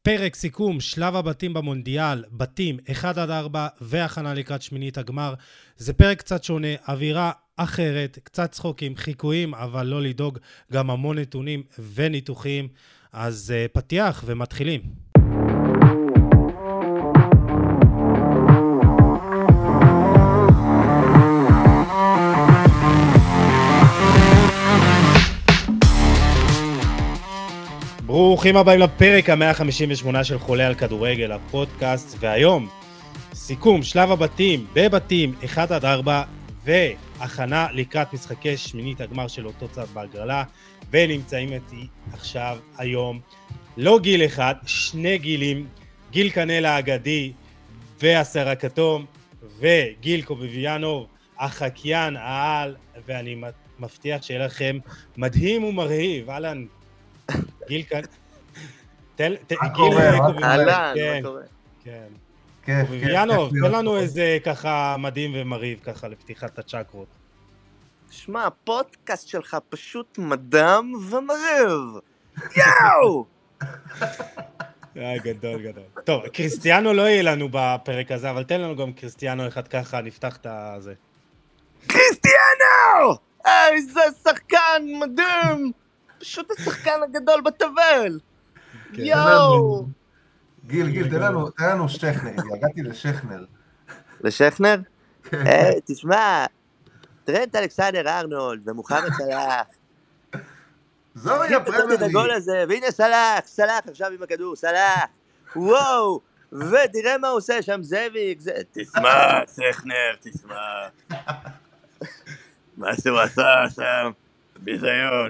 פרק סיכום, שלב הבתים במונדיאל, בתים 1-4 והכנה לקראת שמינית הגמר. זה פרק קצת שונה, אווירה אחרת, קצת צחוקים, חיקויים, אבל לא לדאוג, גם המון נתונים וניתוחים. אז פתיח ומתחילים. ברוכים הבאים לפרק ה-158 של חולה על כדורגל, הפודקאסט, והיום סיכום שלב הבתים בבתים 1-4 והכנה לקראת משחקי שמינית הגמר של אותו צד בהגרלה, ונמצאים איתי עכשיו היום לא גיל אחד, שני גילים, גיל קנל האגדי והשיער הכתום, וגיל קובביאנוב החקיין העל, ואני מבטיח שיהיה לכם מדהים ומרהיב. אהלן גיל כאן, גיל אהלן, מה קורה? כן, קובביאנוב, תן לנו איזה ככה מדהים ומרהיב ככה לפתיחת הצ'קרות. שמע, הפודקאסט שלך פשוט מדם ומרהיב, יאו! גדול. טוב, קריסטיאנו לא יהיה לנו בפרק הזה, אבל תן לנו גם קריסטיאנו אחד ככה, נפתח את זה. קריסטיאנו! איזה שחקן מדהים! פשוט השחקן הגדול בתבל! יואו! גיל, תן לנו שכנר, הגעתי לשכנר. לשכנר? תשמע, תראה את אלכסנדר ארנולד ומוחמד סלאח. זוהי הפרמייר ליג. את הגול הזה, והנה סלאח עכשיו עם הכדור, סלאח! וואו! ותראה מה הוא עושה שם, זאביק, תשמע, שכנר, תשמע. מה שהוא עשה שם? ביזיון.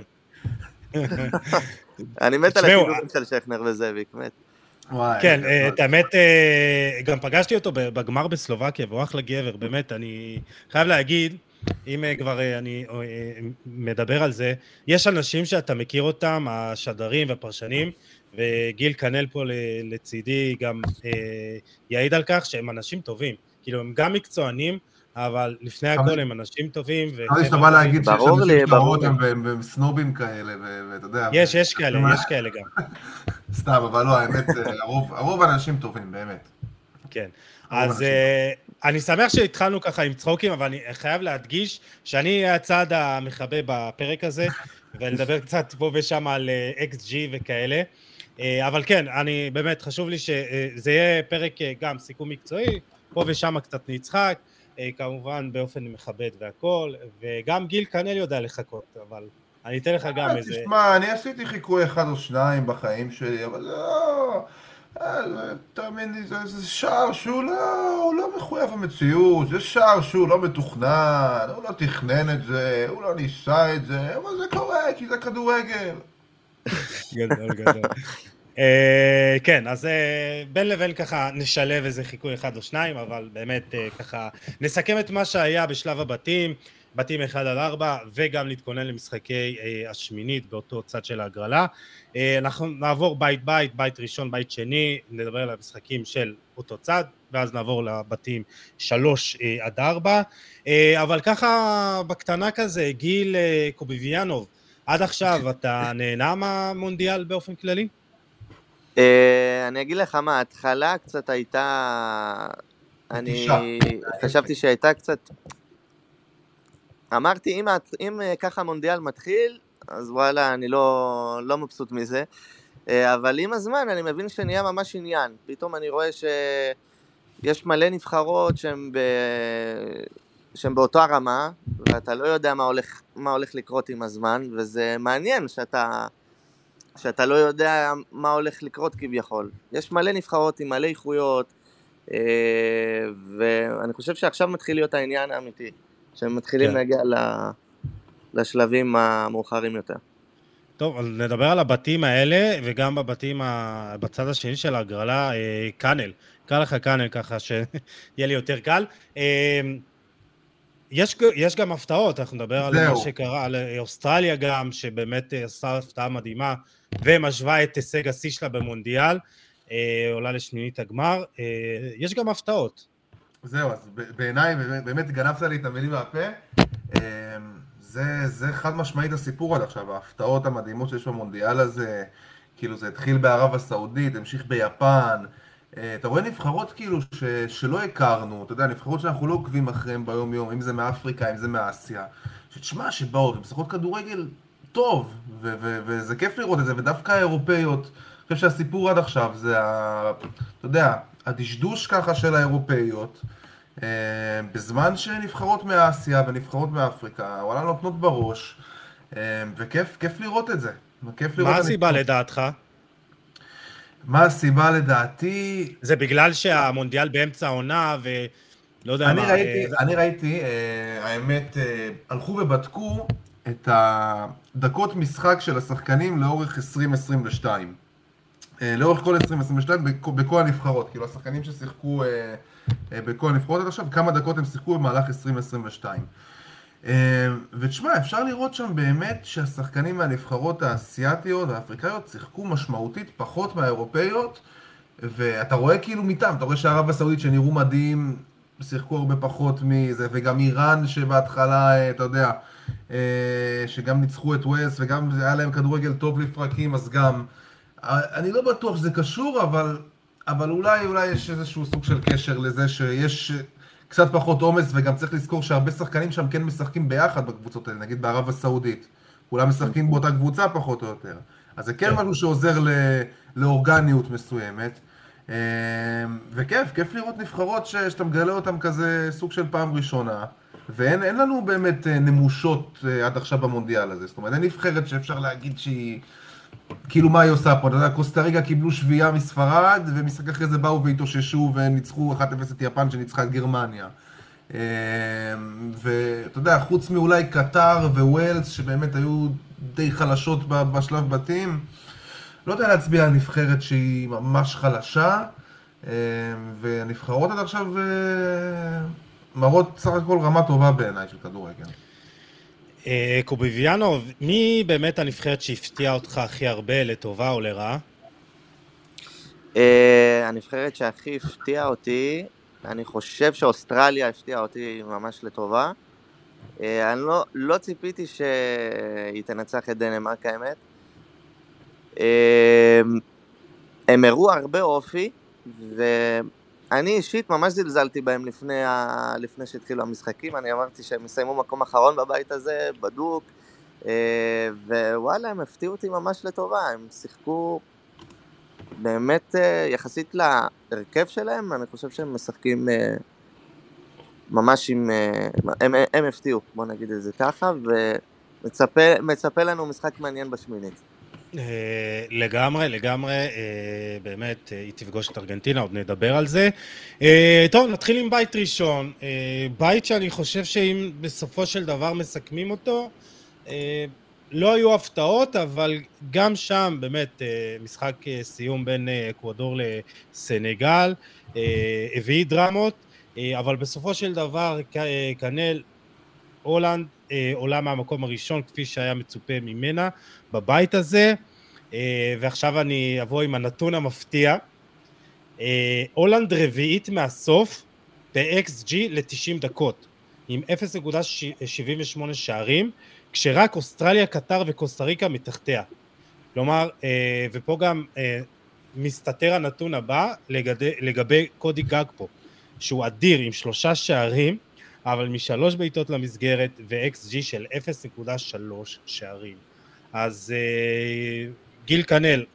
אני מת על הכיוון של שכנר וזאביק, מת. כן, את האמת, גם פגשתי אותו בגמר בסלובקיה, והוא אחלה גבר, באמת, אני חייב להגיד, אם כבר אני מדבר על זה, יש אנשים שאתה מכיר אותם, השדרים והפרשנים, וגיל קנל פה לצידי גם יעיד על כך שהם אנשים טובים, כאילו הם גם מקצוענים, אבל לפני הכל הם אנשים טובים. יש לך מה להגיד שיש אנשים שרואות הם סנובים כאלה, ואתה יודע. יש כאלה גם. סתם, אבל לא, האמת, הרוב אנשים טובים, באמת. כן, אז אני שמח שהתחלנו ככה עם צחוקים, אבל אני חייב להדגיש שאני הצעד המחבא בפרק הזה, ולדבר קצת פה ושם על XG וכאלה. אבל כן, אני באמת חשוב לי שזה יהיה פרק גם סיכום מקצועי, פה ושם קצת נצחק, כמובן באופן מכבד והכל, וגם גיל קנל יודע לחכות, אבל אני אתן לך גם איזה... תשמע, אני עשיתי חיקוי אחד או שניים בחיים שלי, אבל תאמין לי, זה שער שהוא לא מחויב המציאות, זה שער שהוא לא מתוכנן, הוא לא תכנן את זה, הוא לא ניסה את זה, אבל זה קורה, כי זה כדורגל. גדול. כן, אז בין לבין ככה נשלב איזה חיקוי אחד או שניים, אבל באמת ככה נסכם את מה שהיה בשלב הבתים, בתים 1-4, וגם להתכונן למשחקי השמינית באותו צד של ההגרלה. אנחנו נעבור בית ראשון, בית שני, נדבר על המשחקים של אותו צד, ואז נעבור לבתים 3-4. אבל ככה בקטנה כזה, גיל קובביאנוב, עד עכשיו אתה נהנה מהמונדיאל באופן כללי? אני אגיד לך מה, ההתחלה קצת הייתה, אני חשבתי שהייתה קצת, אמרתי אם ככה המונדיאל מתחיל, אז וואלה אני לא מבסוט מזה, אבל עם הזמן אני מבין שנהיה ממש עניין, פתאום אני רואה שיש מלא נבחרות שהן באותו הרמה, ואתה לא יודע מה הולך לקרות עם הזמן, וזה מעניין שאתה לא יודע מה הולך לקרות כביכול. יש מלא נבחרות עם מלא איכויות, ואני חושב שעכשיו מתחיל להיות העניין האמיתי, שהם מתחילים להגיע לשלבים המאוחרים יותר. טוב, אז נדבר על הבתים האלה, וגם בבתים בצד השני של ההגרלה, קאנל. קרא לך קאנל ככה שיהיה לי יותר קל. יש גם הפתעות, אנחנו נדבר על מה שקרה, על אוסטרליה גם, שבאמת עשה הפתעה מדהימה, ומשווה את הישג השיא שלה במונדיאל, עולה לשמינית הגמר. יש גם הפתעות. זהו, אז בעיניי, באמת גנבת לי את המילים מהפה, זה חד משמעית הסיפור עד עכשיו, ההפתעות המדהימות שיש במונדיאל הזה, כאילו זה התחיל בערב הסעודית, המשיך ביפן, אתה רואה נבחרות כאילו שלא הכרנו, אתה יודע, נבחרות שאנחנו לא עוקבים אחריהם ביום יום, אם זה מאפריקה, אם זה מאסיה, שתשמע שבאות, הן משחקות כדורגל טוב, וזה כיף לראות את זה, ודווקא האירופאיות, אני חושב שהסיפור עד עכשיו זה, אתה יודע, הדשדוש ככה של האירופאיות, בזמן שנבחרות מאסיה ונבחרות מאפריקה, וואלה נותנות בראש, וכיף לראות את זה. מה הסיבה לדעתך? מה הסיבה לדעתי? זה בגלל שהמונדיאל באמצע העונה ולא יודע מה... אני ראיתי, האמת, הלכו ובדקו את הדקות משחק של השחקנים לאורך 2022. לאורך כל 2022 בכל הנבחרות, כאילו השחקנים ששיחקו בכל הנבחרות עד עכשיו, כמה דקות הם שיחקו במהלך 2022. ותשמע, אפשר לראות שם באמת שהשחקנים מהנבחרות האסייתיות והאפריקאיות שיחקו משמעותית פחות מהאירופאיות, ואתה רואה כאילו מטעם, אתה רואה שהערב הסעודית שנראו מדהים, שיחקו הרבה פחות מזה, וגם איראן שבהתחלה, אתה יודע, שגם ניצחו את ווייס, וגם היה להם כדורגל טוב לפרקים, אז גם, אני לא בטוח שזה קשור, אבל אולי יש איזשהו סוג של קשר לזה שיש קצת פחות עומס, וגם צריך לזכור שהרבה שחקנים שם כן משחקים ביחד בקבוצות האלה, נגיד בערב הסעודית. כולם משחקים באותה קבוצה פחות או יותר. אז זה כן משהו שעוזר לאורגניות מסוימת. וכיף לראות נבחרות שאתה מגלה אותם כזה סוג של פעם ראשונה, ואין לנו באמת נמושות עד עכשיו במונדיאל הזה. זאת אומרת, אין נבחרת שאפשר להגיד שהיא... כאילו מה היא עושה פה, אתה יודע, קוסטה ריקה קיבלו שביעה מספרד, ומשחק אחרי זה באו והתאוששו וניצחו 1-0 את יפן שניצחה את גרמניה. ואתה יודע, חוץ מאולי קטר וווילס, שבאמת היו די חלשות בשלב בתים, לא יודע להצביע על נבחרת שהיא ממש חלשה, והנבחרות עד עכשיו מראות סך הכל רמה טובה בעיניי של כדורגל. קוביביאנוב, מי באמת הנבחרת שהפתיעה אותך הכי הרבה, לטובה או לרעה? הנבחרת שהכי הפתיעה אותי, אני חושב שאוסטרליה הפתיעה אותי ממש לטובה. אני לא ציפיתי שהיא תנצח את דנמרק, האמת. הם הראו הרבה אופי, ואני אישית ממש זלזלתי בהם לפני שהתחילו המשחקים. אני אמרתי שהם יסיימו מקום אחרון בבית הזה, בדוק, ווואלה, הם הפתיעו אותי ממש לטובה. הם שיחקו באמת יחסית להרכב שלהם, אני חושב שהם משחקים ממש הם הפתיעו, בוא נגיד את זה ככה, ומצפה לנו משחק מעניין בשמינית. לגמרי, באמת, היא תפגוש את ארגנטינה, עוד נדבר על זה. טוב, נתחיל עם בית ראשון. בית שאני חושב שאם בסופו של דבר מסכמים אותו, לא היו הפתעות, אבל גם שם באמת משחק סיום בין אקוודור לסנגל, הביא דרמות, אבל בסופו של דבר קנל, הולנד עולה מהמקום הראשון כפי שהיה מצופה ממנה בבית הזה, ועכשיו אני אבוא עם הנתון המפתיע. הולנד רביעית מהסוף ב-XG ל-90 דקות, עם 0.78 שערים, כשרק אוסטרליה, קטר וקוסטה ריקה מתחתיה. כלומר, ופה גם מסתתר הנתון הבא לגבי קודי גאקפו, שהוא אדיר עם 3 שערים, אבל מ3 בעיטות למסגרת ו-XG של 0.3 שערים. אז גיל קנל,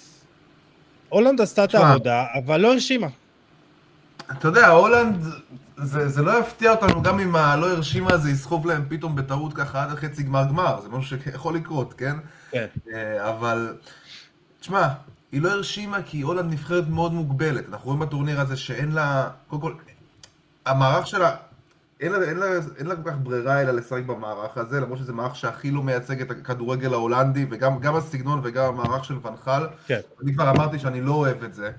הולנד עשתה את העבודה, אבל לא הרשימה. אתה יודע, הולנד, זה לא יפתיע אותנו, גם אם הלא הרשימה הזה יסחוב להם פתאום בטעות ככה עד החצי גמר, זה משהו שיכול לקרות, כן? כן. אבל, תשמע, היא לא הרשימה כי הולנד נבחרת מאוד מוגבלת. אנחנו רואים בטורניר הזה שאין לה, קודם כל, המערך שלה, אין לה כל כך ברירה אלא לשחק במערך הזה, למרות שזה מערך שהכי לא מייצג את הכדורגל ההולנדי, וגם הסגנון וגם המערך של ונחל. כן. אני כבר אמרתי שאני לא אוהב את זה.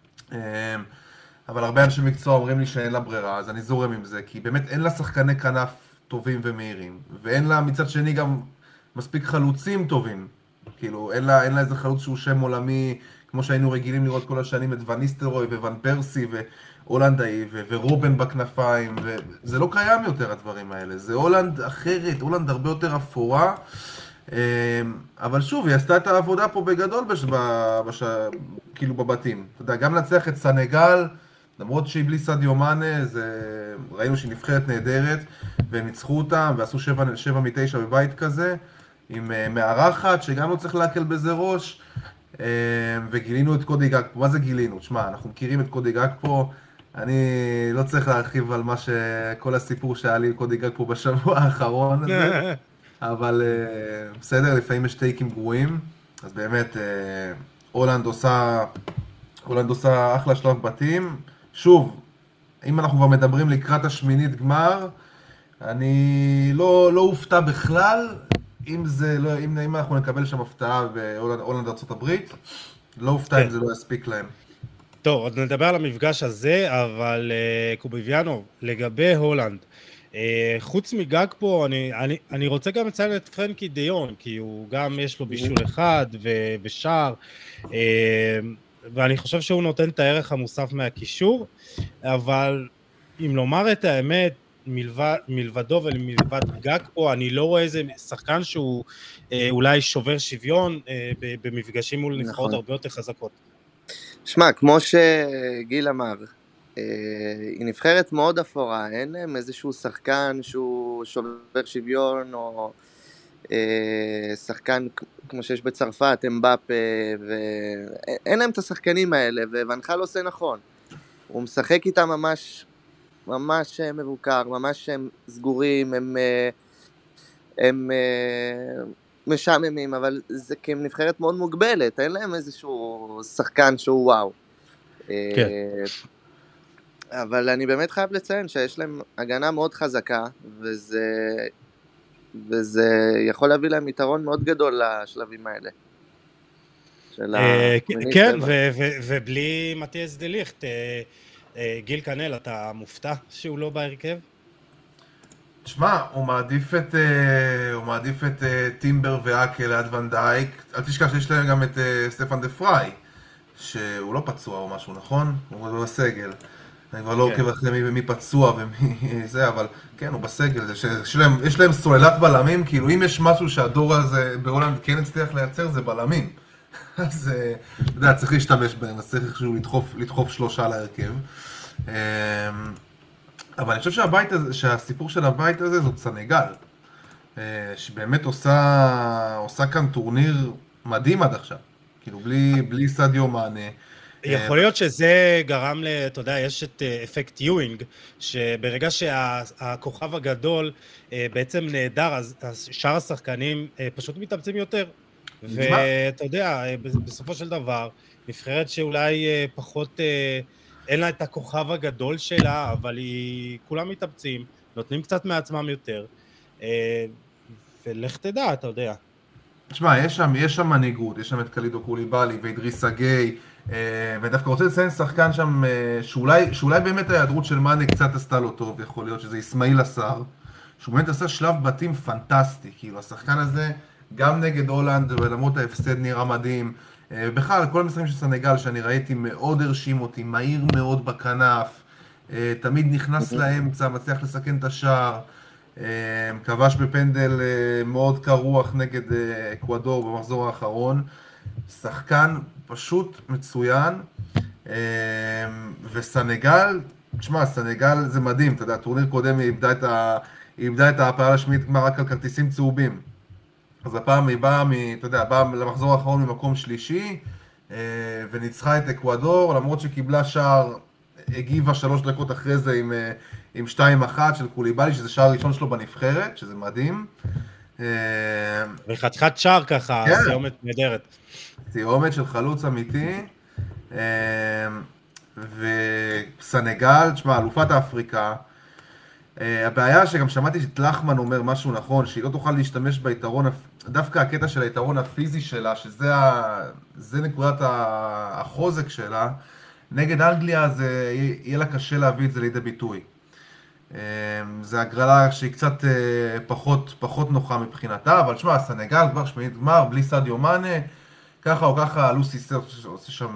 אבל הרבה אנשי מקצוע אומרים לי שאין לה ברירה, אז אני זורם עם זה, כי באמת אין לה שחקני כנף טובים ומהירים, ואין לה מצד שני גם מספיק חלוצים טובים. כאילו, אין לה איזה חלוץ שהוא שם עולמי, כמו שהיינו רגילים לראות כל השנים את ון ניסטלרוי וון פרסי והולנדאי ורובן בכנפיים, וזה לא קיים יותר הדברים האלה. זה הולנד אחרת, הולנד הרבה יותר אפורה, אבל שוב, היא עשתה את העבודה פה בגדול כאילו בבתים. אתה יודע, גם לנצח את סנגל, למרות שהיא בלי סדיו מאנה, ראינו שהיא נבחרת נהדרת, והם ניצחו אותם, ועשו 7-9 בבית כזה, עם מארחת, שגם לא צריך להקל בזה ראש, וגילינו את קודי גג פה. מה זה גילינו? תשמע, אנחנו מכירים את קודי גג פה, אני לא צריך להרחיב על כל הסיפור שהיה לי עם קודי גג פה בשבוע האחרון הזה, אבל בסדר, לפעמים יש טייקים גרועים, אז באמת, הולנד עושה אחלה שלב בתים. שוב, אם אנחנו כבר מדברים לקראת השמינית גמר, אני לא אופתע בכלל, אם אנחנו נקבל שם הפתעה בהולנד ארצות הברית, לא אופתע אם זה לא יספיק להם. טוב, עוד נדבר על המפגש הזה, אבל קוביביאנוב, לגבי הולנד, חוץ מגג פה, אני רוצה גם לציין את פרנקי דיון, כי הוא גם יש לו בישול אחד ושער, ואני חושב שהוא נותן את הערך המוסף מהקישור, אבל אם לומר את האמת, מלבדו ומלבד גג פה, אני לא רואה איזה שחקן שהוא אולי שובר שוויון במפגשים מול נבחרות הרבה יותר חזקות. שמע, כמו שגיל אמר, היא נבחרת מאוד אפורה, אין להם איזשהו שחקן שהוא שובר שוויון, או שחקן כמו שיש בצרפת, אמבאפה, ואין להם את השחקנים האלה, וואנחל עושה נכון. הוא משחק איתם ממש מבוקר, ממש הם סגורים, הם משעממים, אבל זה כנבחרת מאוד מוגבלת, אין להם איזשהו שחקן שהוא וואו. כן. אבל אני באמת חייב לציין שיש להם הגנה מאוד חזקה, וזה יכול להביא להם יתרון מאוד גדול לשלבים האלה. כן, ובלי מתיאס דה ליכט, גיל קנל, אתה מופתע שהוא לא בהרכב? תשמע, הוא מעדיף את טימבר ואקל ליד ון דייק. אל תשכח שיש להם גם את סטפן דה פריי, שהוא לא פצוע או משהו, נכון? הוא בסגל. אני כבר לא עוקב אחרי מי פצוע ומי זה, אבל כן, הוא בסגל. יש להם סוללת בלמים, כאילו אם יש משהו שהדור הזה בהולנד כן הצליח לייצר, זה בלמים. אז אתה יודע, צריך להשתמש בהם, אז צריך איכשהו לדחוף שלושה להרכב. אבל אני חושב שהסיפור של הבית הזה זאת סנגל, שבאמת עושה כאן טורניר מדהים עד עכשיו, כאילו בלי סדיו מאנה. יכול להיות שזה גרם אתה יודע, יש את אפקט יואינג, שברגע שהכוכב הגדול בעצם נהדר, אז שאר השחקנים פשוט מתאמצים יותר. ואתה יודע, בסופו של דבר, נבחרת שאולי פחות, אין לה את הכוכב הגדול שלה, אבל כולם מתאמצים, נותנים קצת מעצמם יותר, ולך תדע, אתה יודע. תשמע, יש שם מנהיגות, יש שם את קלידו קוליבאלי ואידריס אגי, ודווקא רוצה לציין שחקן שם, שאולי באמת ההיעדרות של מאנה קצת עשתה לו טוב, יכול להיות שזה אסמאעיל אסר, שהוא באמת עשה שלב בתים פנטסטי, כאילו השחקן הזה, גם נגד הולנד, ולמרות ההפסד נראה מדהים, בכלל, כל המשחקים של סנגל שאני ראיתי מאוד הרשים אותי, מהיר מאוד בכנף, תמיד נכנס לאמצע, מצליח לסכן את השער, כבש בפנדל מאוד קרוח נגד אקוודור במחזור האחרון, שחקן פשוט מצוין, וסנגל, תשמע, סנגל זה מדהים, אתה יודע, טורניר קודם היא איבדה את ההפעלה השמינית גמר רק על כרטיסים צהובים, אז הפעם היא באה למחזור האחרון ממקום שלישי, וניצחה את אקוודור, למרות שקיבלה שער, הגיבה 3 דקות אחרי זה עם 2-1 של קוליבאלי, שזה שער ראשון שלו בנבחרת, שזה מדהים. וחתיכת שער ככה, סיומת נהדרת. סיומת של חלוץ אמיתי, וסנגל, תשמע, אלופת אפריקה, הבעיה שגם שמעתי שטלחמן אומר משהו נכון, שהיא לא תוכל להשתמש ביתרון, דווקא הקטע של היתרון הפיזי שלה, שזה נקודת החוזק שלה, נגד אנגליה זה יהיה לה קשה להביא את זה לידי ביטוי. זה הגרלה שהיא קצת פחות נוחה מבחינתה, אבל שמע, סנגל כבר שמינית גמר, בלי סדיו מאנה, ככה או ככה לוסי עושה שם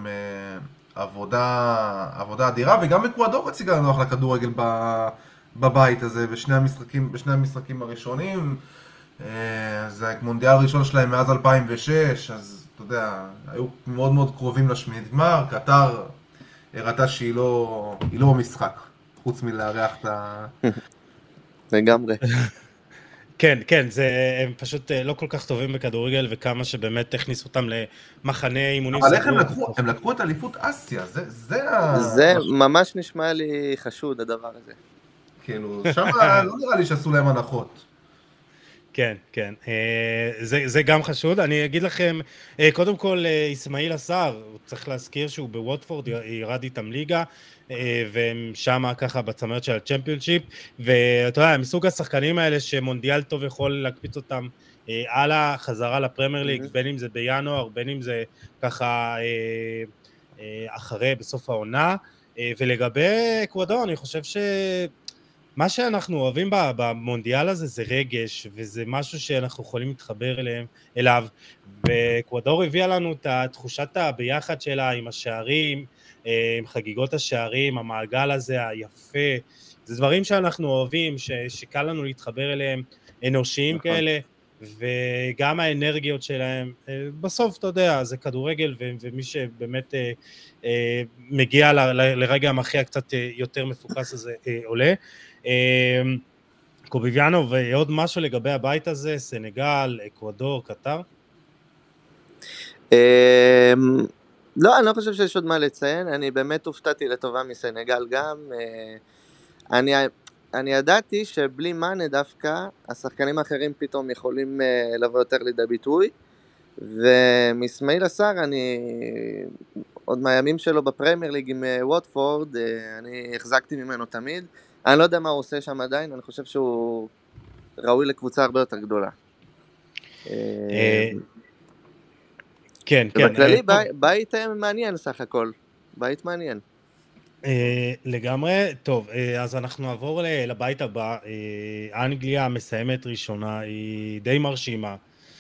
עבודה אדירה, וגם אקוודור הציגה לנו אחלה כדורגל בבית הזה, בשני המשחקים הראשונים, זה המונדיאל הראשון שלהם מאז 2006, אז אתה יודע, היו מאוד מאוד קרובים לשמינית גמר. קטר הראתה שהיא לא במשחק, חוץ מלארח את ה... לגמרי. כן, כן, הם פשוט לא כל כך טובים בכדורגל, וכמה שבאמת הכניסו אותם למחנה אימונים אבל איך סגור. הם לקחו את אליפות אסיה, זה ממש נשמע לי חשוד הדבר הזה. כאילו, שם לא נראה לי שעשו להם הנחות. כן, כן, זה גם חשוד. אני אגיד לכם, קודם כל, אסמאעיל אסר, צריך להזכיר שהוא בווטפורד, ירד איתם ליגה, והם שם ככה בצמרת של הצ'מפיונשיפ, ואתה יודע, מסוג השחקנים האלה שמונדיאל טוב יכול להקפיץ אותם הלאה, חזרה לפרמייר ליג, בין אם זה בינואר, בין אם זה ככה אחרי, בסוף העונה, ולגבי אקוודור, אני חושב מה שאנחנו אוהבים במונדיאל הזה זה רגש, וזה משהו שאנחנו יכולים להתחבר אליו, ואקוודור הביאה לנו את תחושת הביחד שלה עם השערים, עם חגיגות השערים, המעגל הזה היפה, זה דברים שאנחנו אוהבים, שקל לנו להתחבר אליהם, אנושיים כאלה, וגם האנרגיות שלהם, בסוף אתה יודע, זה כדורגל, ומי שבאמת מגיע לרגע המכריע קצת יותר מפוקס הזה עולה. קוביביאנו, ועוד משהו לגבי הבית הזה, סנגל, אקוודור, קטר? לא, אני לא חושב שיש עוד מה לציין, אני באמת הופתעתי לטובה מסנגל גם, אני ידעתי שבלי מאנה דווקא, השחקנים האחרים פתאום יכולים לבוא יותר לידי ביטוי, ומאסמאעיל אסר, אני עוד מהימים שלו בפרמייר ליג עם ווטפורד, אני החזקתי ממנו תמיד, אני לא יודע מה הוא עושה שם עדיין, אני חושב שהוא ראוי לקבוצה הרבה יותר גדולה. כן, כן. ובכללי, בית מעניין סך הכל, בית מעניין. לגמרי, טוב, אז אנחנו נעבור לבית הבא, אנגליה מסיימת ראשונה, היא די מרשימה,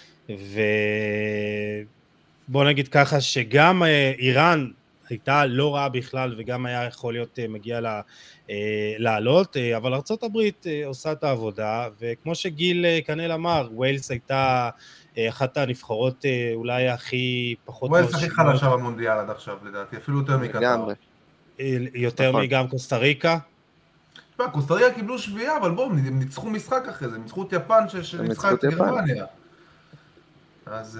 ובוא נגיד ככה שגם איראן הייתה לא רעה בכלל, וגם היה יכול להיות מגיע לעלות, אבל ארצות הברית עושה את העבודה, וכמו שגיל קנל אמר, ווילס הייתה אחת הנבחרות אולי הכי פחות ווילס הכי חלשה במונדיאל עד עכשיו לדעתי, אפילו יותר מקטר. יותר מגם קוסטה ריקה. קוסטה ריקה קיבלו שביעה, אבל בואו, הם ניצחו משחק אחרי זה, ניצחו את יפן שניצחה את גרמניה. אז...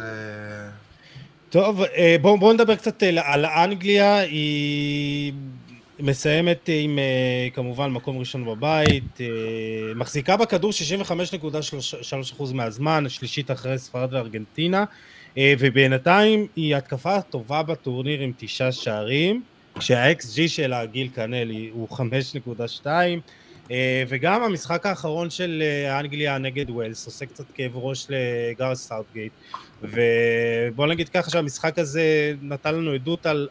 טוב, בואו נדבר קצת על אנגליה, היא מסיימת עם כמובן מקום ראשון בבית, מחזיקה בכדור 65.3% מהזמן, השלישית אחרי ספרד וארגנטינה, ובינתיים היא התקפה טובה בטורניר עם 9 שערים, כשה-XG שלה, גיל קנל, הוא 5.2, וגם המשחק האחרון של אנגליה נגד ווילס עושה קצת כאב ראש לגארת סאות'גייט, ובוא נגיד ככה שהמשחק הזה נתן לנו עדות על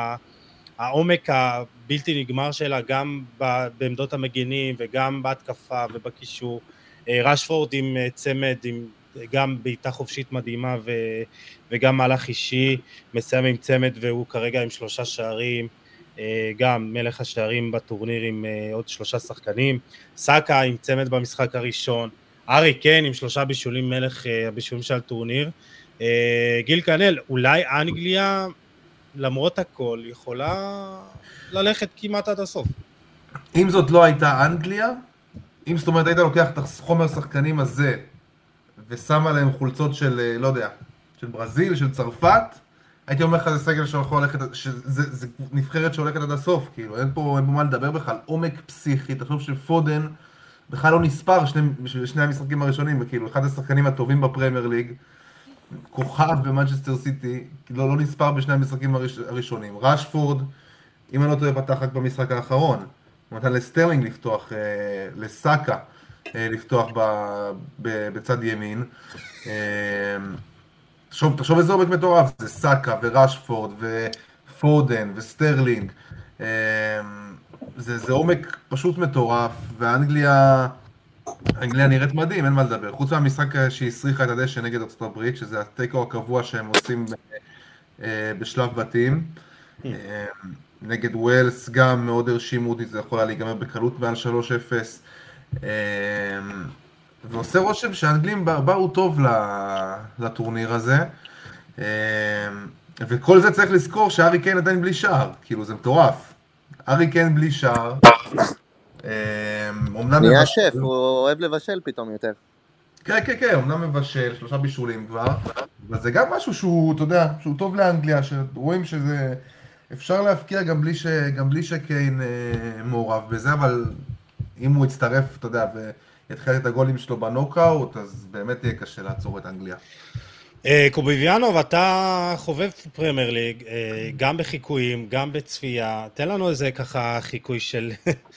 העומק הבלתי נגמר שלה, גם בעמדות המגינים וגם בהתקפה ובקישור. רשפורד עם צמד, גם בעיטה חופשית מדהימה וגם מהלך אישי, מסיים עם צמד והוא כרגע עם 3 שערים, גם מלך השערים בטורניר עם עוד 3 שחקנים, סאקה עם צמד במשחק הראשון, ארי קיין עם 3 בישולים, מלך הבישולים של הטורניר. גיל קנל, אולי אנגליה למרות הכל יכולה ללכת כמעט עד הסוף. אם זאת לא הייתה אנגליה, אם זאת אומרת היית לוקח את החומר שחקנים הזה ושם עליהם חולצות של, לא יודע, של ברזיל, של צרפת, הייתי אומר לך זה סגל שיכול ללכת, זה נבחרת שהולכת עד הסוף, כאילו, אין פה מה לדבר בכלל, עומק פסיכי, תחשוב שפודן בכלל לא נספר שני המשחקים הראשונים, וכאילו, אחד השחקנים הטובים בפרמייר ליג, כוכב במנצ'סטר סיטי, לא נספר בשני המשחקים הראשונים. רשפורד, אם אני לא טועה, פתח רק במשחק האחרון, הוא נתן לסטרלינג לפתוח, לסאקה לפתוח בצד ימין. תחשוב איזה עומק מטורף, זה סאקה ורשפורד ופודן וסטרלינג, זה עומק פשוט מטורף, ואנגליה נראית מדהים, אין מה לדבר. חוץ מהמשחק שהיא הסריחה את הדשא נגד ארצות הברית, שזה הטייקו הקבוע שהם עושים בשלב בתים, נגד ווילס גם מאוד הרשימו אותי, זה יכול להיגמר בקלות מעל 3-0, ועושה רושם שהאנגלים באו טוב לטורניר הזה, וכל זה צריך לזכור שהארי קיין עדיין בלי שער, כאילו זה מטורף. הארי קיין בלי שער. נהיה שף, הוא אוהב לבשל פתאום יותר. כן, אמנם מבשל, 3 בישולים כבר, אבל זה גם משהו שהוא, אתה יודע, שהוא טוב לאנגליה, שרואים שזה אפשר להפקיע גם בלי שקיין מעורב בזה, אבל אם הוא יצטרף, אתה יודע, ויתחיל את הגולים שלו בנוקאוט, אז באמת יהיה קשה לעצור את אנגליה. קוביביאנוב, אתה חובב פרמייר ליג, גם בחיקויים, גם בצפייה. תן לנו איזה ככה חיקוי של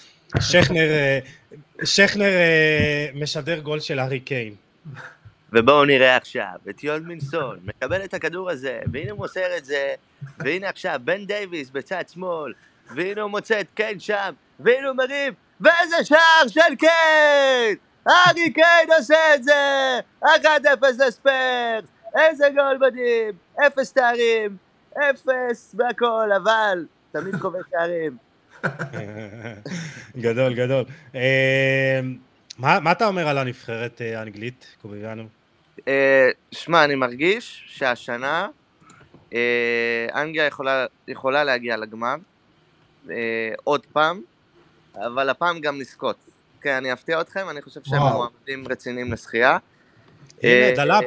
שכנר משדר גול של הארי קיין. ובואו נראה עכשיו את יולמינסון מקבל את הכדור הזה, והנה הוא מוסר את זה, והנה עכשיו בן דייביס בצד שמאל, והנה הוא מוצא את קיין שם, והנה הוא מרים, ואיזה שער של קיין! הארי קיין עושה את זה! 1-0 לספרס! איזה גול מדהים! 0 תארים, 0 בהכל, אבל תמיד כובש תארים. גדול. מה אתה אומר על הנבחרת האנגלית, קוביביאנוב? שמע, אני מרגיש שהשנה אנגליה יכולה להגיע לגמר עוד פעם, אבל הפעם גם לזכות. כן, אני אפתיע אתכם, אני חושב שהם מועמדים רציניים לשחייה. הנה, דלאפ.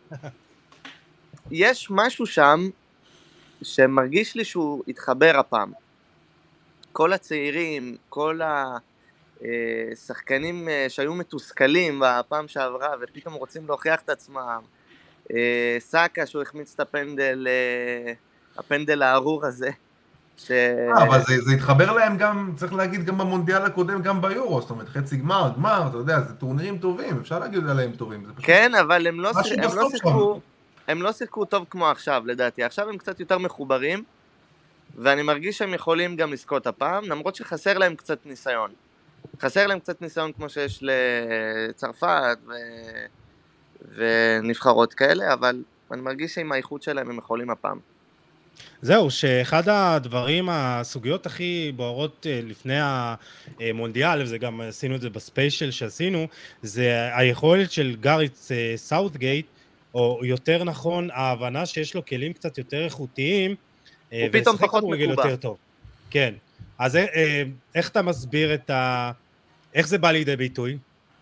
יש משהו שם שמרגיש לי שהוא התחבר הפעם. כל הצעירים, כל השחקנים שהיו מתוסכלים בפעם שעברה ופתאום רוצים להוכיח את עצמם, סאקה שהוא החמיץ את הפנדל הארור הזה. אבל זה התחבר להם גם, צריך להגיד, גם במונדיאל הקודם, גם ביורו, זאת אומרת, חצי גמר, אתה יודע, זה טורנירים טובים, אפשר להגיד עליהם טובים. כן, אבל הם לא שיחקו טוב כמו עכשיו, לדעתי. עכשיו הם קצת יותר מחוברים, ואני מרגיש שהם יכולים גם לזכות הפעם, למרות שחסר להם קצת ניסיון. חסר להם קצת ניסיון כמו שיש לצרפת ונבחרות כאלה, אבל אני מרגיש שעם האיכות שלהם הם יכולים הפעם. זהו, שאחד הדברים, הסוגיות הכי בוערות לפני המונדיאל, וזה גם עשינו את זה בספיישל שעשינו, זה היכולת של גארית סאות'גייט, או יותר נכון, ההבנה שיש לו כלים קצת יותר איכותיים, הוא פתאום פחות מקובע. כן, אז איך אתה מסביר איך זה בא לידי ביטוי?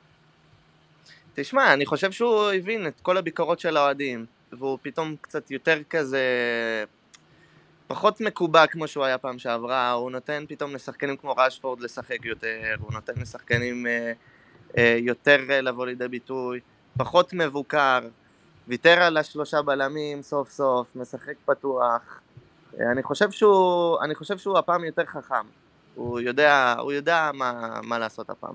תשמע, אני חושב שהוא הבין את כל הביקורות של האוהדים, והוא פתאום קצת יותר כזה, פחות מקובע כמו שהוא היה פעם שעברה, הוא נותן פתאום לשחקנים כמו רשפורד לשחק יותר, הוא נותן לשחקנים יותר לבוא לידי ביטוי, פחות מבוקר, ויתר על 3 בלמים סוף סוף, משחק פתוח. אני חושב שהוא הפעם יותר חכם, הוא יודע מה לעשות הפעם.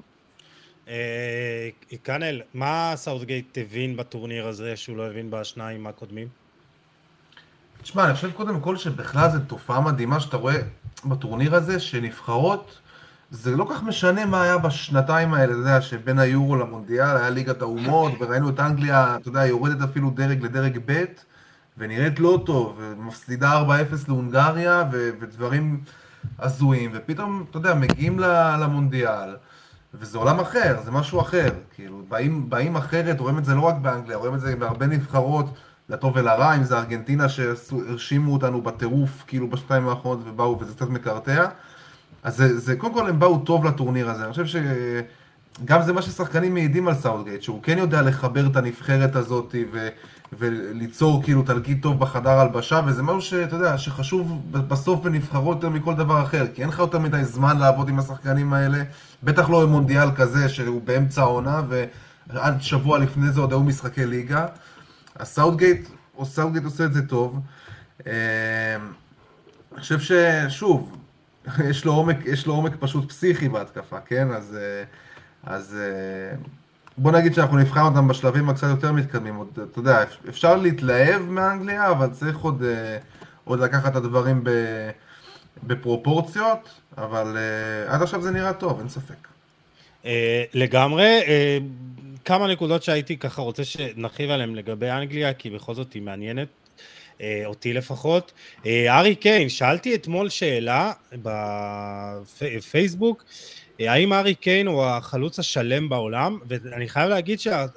קאנל, מה סאות'גייט הבין בטורניר הזה שהוא לא הבין בשניים הקודמים? תשמע, אני חושב קודם כל שבכלל זו תופעה מדהימה שאתה רואה בטורניר הזה, שנבחרות, זה לא כך משנה מה היה בשנתיים האלה, אתה יודע, שבין היורו למונדיאל, היה ליגת האומות, וראינו את אנגליה, אתה יודע, יורדת אפילו דרג לדרג ב', ונראית לא טוב, ומפסידה 4-0 להונגריה, ודברים הזויים, ופתאום, אתה יודע, מגיעים למונדיאל, וזה עולם אחר, זה משהו אחר, כאילו, באים אחרת, רואים את זה לא רק באנגליה, רואים את זה בהרבה נבחרות, לטוב ולרע, אם זה ארגנטינה שהרשימו אותנו בטירוף, כאילו בשנתיים האחרונות ובאו, וזה קצת מקרטע, אז זה קודם כל הם באו טוב לטורניר הזה, אני חושב שגם זה מה ששחקנים מעידים על סאות'גייט, שהוא כן יודע לחבר את הנבחרת הזאת וליצור כאילו תלקיד טוב בחדר הלבשה, וזה משהו שאתה יודע, שחשוב בסוף בנבחרות יותר מכל דבר אחר, כי אין לך יותר מדי זמן לעבוד עם השחקנים האלה, בטח לא במונדיאל כזה שהוא באמצע העונה, ועד שבוע לפני זה עוד היו משחקי ליגה, אז סאות'גייט עושה את זה טוב. אני חושב ששוב, יש לו עומק פשוט פסיכי בהתקפה, כן? אז בוא נגיד שאנחנו נבחן אותם בשלבים הקצת יותר מתקדמים. אתה יודע, אפשר להתלהב מאנגליה, אבל צריך עוד לקחת את הדברים בפרופורציות, אבל עד עכשיו זה נראה טוב, אין ספק. לגמרי, כמה נקודות שהייתי ככה רוצה שנרחיב עליהן לגבי אנגליה, כי בכל זאת היא מעניינת. אותי לפחות. ארי קיין, שאלתי אתמול שאלה בפייסבוק, האם ארי קיין הוא החלוץ השלם בעולם, ואני חייב להגיד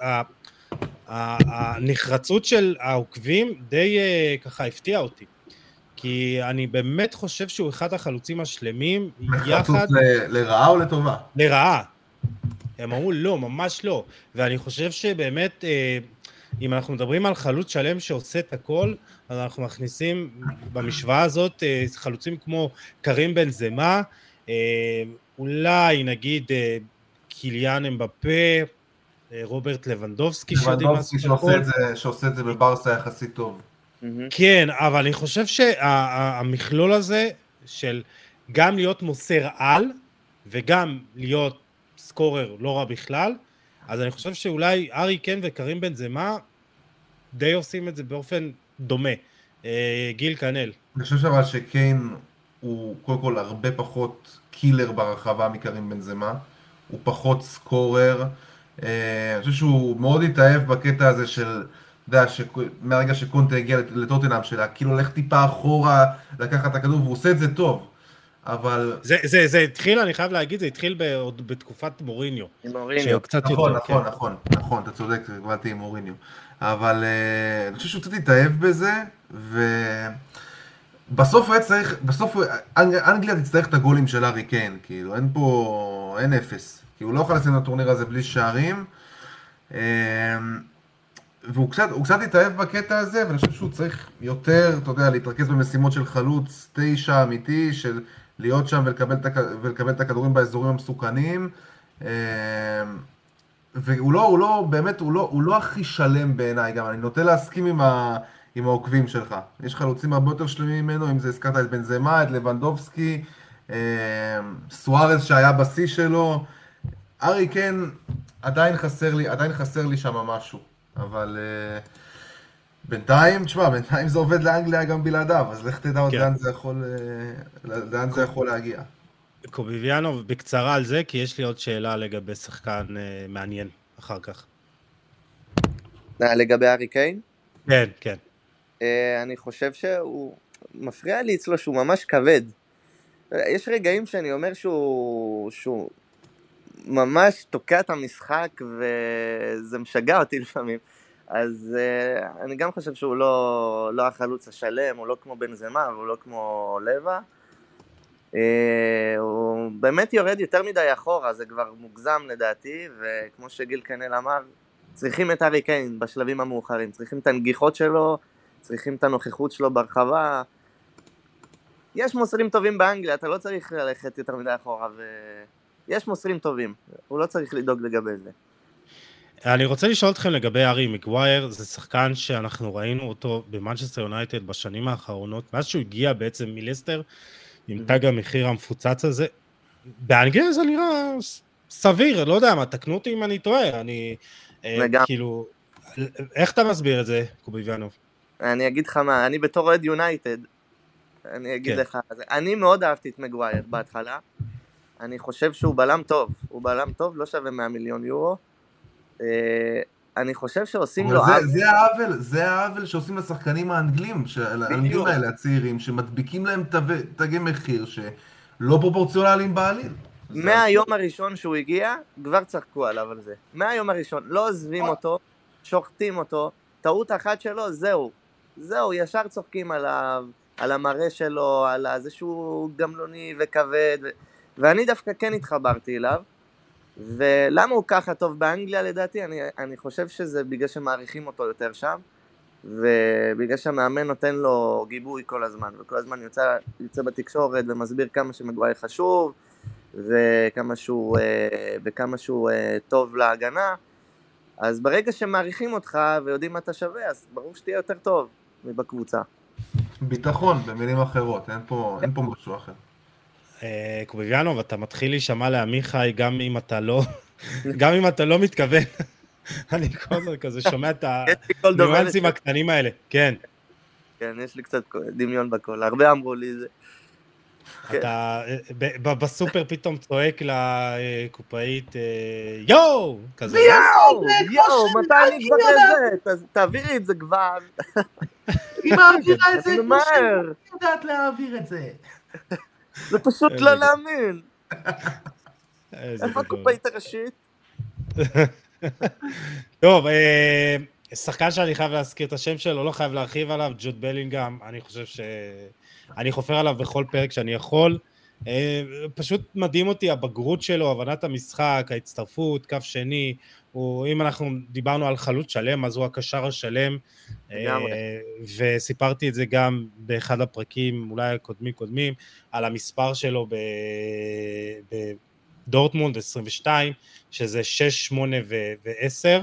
שהנחרצות של העוקבים די ככה הפתיע אותי. כי אני באמת חושב שהוא אחד החלוצים השלמים. נחרצות לרעה או לטובה? לרעה. הם אמרו לא, ממש לא. ואני חושב שבאמת, אם אנחנו מדברים על חלוץ שלם שעושה את הכל, אז אנחנו מכניסים במשוואה הזאת חלוצים כמו קרים בנזמה, אולי נגיד קיליאן אמבפה, רוברט לבנדובסקי, שעושה את זה בברסה יחסית טוב. כן, אבל אני חושב שהמכלול הזה של גם להיות מוסר על וגם להיות סקורר לא רע בכלל, אז אני חושב שאולי ארי קיין וקרים בנזמה די עושים את זה באופן דומה. גיל קנל. אני חושב אבל שקיין הוא קודם כל הרבה פחות קילר ברחבה מקרים בנזמה, הוא פחות סקורר, אני חושב שהוא מאוד התאהב בקטע הזה של, אתה יודע, מהרגע שקונטה הגיע לטוטנהאם שלה, כאילו הולך טיפה אחורה לקחת את הכדור, והוא עושה את זה טוב, אבל... זה התחיל, אני חייב להגיד, זה התחיל עוד בתקופת מוריניו. עם מוריניו. נכון, אתה צודק, קבלתי עם מוריניו. אבל אני חושב שהוא קצת התאהב בזה, ובסוף אנגליה תצטרך את הגולים של ארי קיין, כאילו, אין אפס. כי הוא לא יכול לשים את הטורניר הזה בלי שערים, והוא קצת התאהב בקטע הזה, ואני חושב שהוא צריך יותר, אתה יודע, להתרכז במשימות של חלוץ 9 אמיתי, של להיות שם ולקבל את הכדורים באזורים המסוכנים, והוא לא, באמת, הוא לא הכי שלם בעיניי, גם אני נוטה להסכים עם העוקבים שלך. יש חלוצים הרבה יותר שלמים ממנו, אם זה הזכרת את בנזמה, את לבנדובסקי, סוארז שהיה בשיא שלו, ארי קיין עדיין חסר לי שם משהו, אבל בינתיים זה עובד לאנגליה גם בלעדיו, אז לך תדע עוד לאן זה יכול להגיע. קוביביאנוב, בקצרה על זה, כי יש לי עוד שאלה לגבי שחקן מעניין אחר כך. לגבי ארי קיין? כן. אני חושב שהוא מפריע לי אצלו שהוא ממש כבד. יש רגעים שאני אומר שהוא ממש תוקע את המשחק, וזה משגע אותי לפעמים. אז אני גם חושב שהוא לא החלוץ השלם, הוא לא כמו בנזמה, הוא לא כמו לבה. הוא באמת יורד יותר מדי אחורה, זה כבר מוגזם לדעתי, וכמו שגיל קנל אמר, צריכים את ארי קיין בשלבים המאוחרים, צריכים את הנגיחות שלו, צריכים את הנוכחות שלו ברחבה. יש מוסרים טובים באנגליה, אתה לא צריך ללכת יותר מדי אחורה, ויש מוסרים טובים, הוא לא צריך לדאוג לגבי זה. אני רוצה לשאול אתכם לגבי הארי מגווייר, זה שחקן שאנחנו ראינו אותו במנצ'סטר יונייטד בשנים האחרונות, מאז שהוא הגיע בעצם מלסטר, עם תג המחיר המפוצץ הזה. באנגליה זה נראה סביר, לא יודע מה, תקנו אותי אם אני טועה, אני כאילו, איך אתה מסביר את זה, קוביביאנוב? אני אגיד לך מה, אני בתור אוהד יונייטד, אני אגיד לך, אני מאוד אהבתי את מגווייר בהתחלה, אני חושב שהוא בלם טוב, לא שווה 100 מיליון יורו, אני חושב שעושים לו עוול. זה העוול שעושים לשחקנים האנגלים, האנגלים האלה הצעירים, שמדביקים להם תגי מחיר שלא פרופורציונליים בעליל. מהיום הראשון שהוא הגיע, כבר צחקו עליו על זה. מהיום הראשון, לא עוזבים אותו, שוחטים אותו, טעות אחת שלו, זהו, ישר צוחקים עליו, על המראה שלו, על זה שהוא גמלוני וכבד, ואני דווקא כן התחברתי אליו, ולמה הוא ככה טוב באנגליה לדעתי? אני חושב שזה בגלל שמעריכים אותו יותר שם, ובגלל שהמאמן נותן לו גיבוי כל הזמן, וכל הזמן יוצא בתקשורת ומסביר כמה שמגווייר חשוב, וכמה שהוא טוב להגנה, אז ברגע שמעריכים אותך ויודעים מה אתה שווה, אז ברור שתהיה יותר טוב מבקבוצה. ביטחון, במילים אחרות, אין פה משהו אחר. קוביביאנוב, אתה מתחיל להישמע לעמיחי גם אם אתה לא מתכוון. אני כזה שומע את הניואנסים הקטנים האלה. כן, יש לי קצת דמיון בכל, הרבה אמרו לי זה. אתה בסופר פתאום צועק לקופאית יואו! כזה. יואו! מתי אני כבר לזה? תעבירי את זה כבר. היא מעבירה את זה, אני ממהר. היא יודעת להעביר את זה. זה פשוט לא להאמין. איזה איפה גדול. הקופאית הראשית? טוב, שחקן שאני חייב להזכיר את השם שלו, לא חייב להרחיב עליו, ג'וד בלינגהאם, אני חושב שאני חופר עליו בכל פרק שאני יכול. פשוט מדהים אותי הבגרות שלו, הבנת המשחק, ההצטרפות, קו שני, אם אנחנו דיברנו על חלוץ שלם, אז הוא הקשר השלם, וסיפרתי את זה גם באחד הפרקים, אולי קודמים, על המספר שלו בדורטמונד 22, שזה 6, 8 ו-10,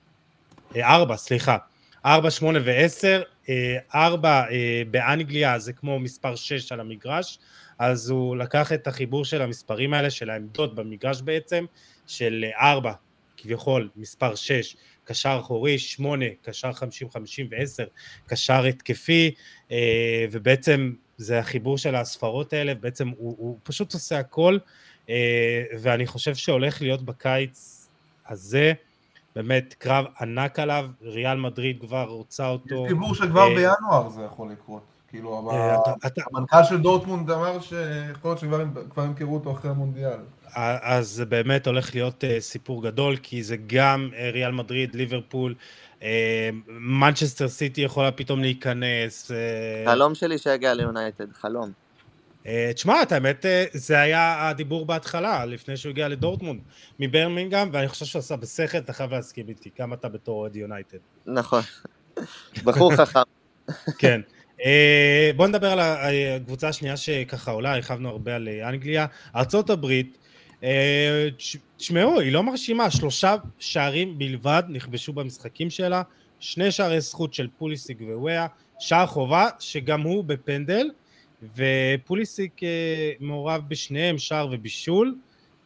4, סליחה, 4, 8 ו-10, 4 באנגליה זה כמו מספר 6 על המגרש, אז הוא לקח את החיבור של המספרים האלה, של העמדות במגרש בעצם, של 4, כביכול, מספר 6, קשר אחורי, 8, קשר 50-50 ו-10, קשר התקפי, ובעצם זה החיבור של הספרות האלה, ובעצם הוא פשוט עושה הכל, ואני חושב שהולך להיות בקיץ הזה, באמת קרב ענק עליו, ריאל מדריד כבר רוצה אותו. יש חיבור שכבר בינואר זה יכול לקרות. כאילו, המנכ"ל של דורטמונד אמר שיכול להיות שכבר ימכרו אותו אחרי המונדיאל. אז זה באמת הולך להיות סיפור גדול, כי זה גם ריאל מדריד, ליברפול, מנצ'סטר סיטי יכולה פתאום להיכנס. חלום שלי שיגיע ליונייטד, חלום. תשמע, את האמת, זה היה הדיבור בהתחלה, לפני שהוא הגיע לדורטמונד, מברמינגהאם, ואני חושב שהוא עשה בשכל, אתה חייב להסכים איתי, כמה אתה בתור אוהד יונייטד. נכון, בחור חכם. כן. בוא נדבר על הקבוצה השנייה שככה עולה, הרחבנו הרבה על אנגליה, ארצות הברית, תשמעו, היא לא מרשימה, 3 שערים בלבד נכבשו במשחקים שלה, 2 שערי זכות של פוליסיק וויה, שער חובה שגם הוא בפנדל, ופוליסיק מעורב בשניהם, שער ובישול.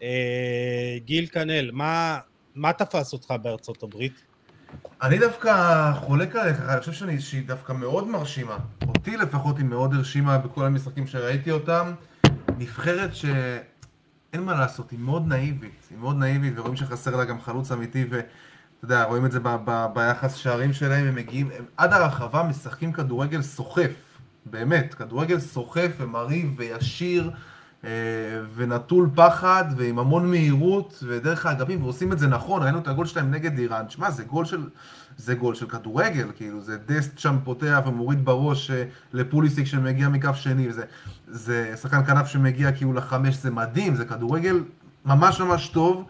גיל קנל, מה תפס אותך בארצות הברית? אני דווקא חולק עליך, אני חושב שהיא דווקא מאוד מרשימה. אותי לפחות היא מאוד הרשימה בכל המשחקים שראיתי אותם. נבחרת שאין מה לעשות, היא מאוד נאיבית, ורואים שחסר לה גם חלוץ אמיתי, ואתה יודע, רואים את זה ביחס שערים שלהם, הם מגיעים, עד הרחבה משחקים כדורגל סוחף, באמת, כדורגל סוחף ומריב וישיר, ונטול פחד ועם המון מהירות ודרך האגפים, ועושים את זה נכון. ראינו את הגול שלהם נגד איראן, שמה, זה גול של כדורגל, כאילו זה דסט שם פותח ומוריד בראש לפוליסיק שמגיע מקו שני, זה שחקן כנף שמגיע כאילו ל5, זה מדהים, זה כדורגל ממש ממש טוב,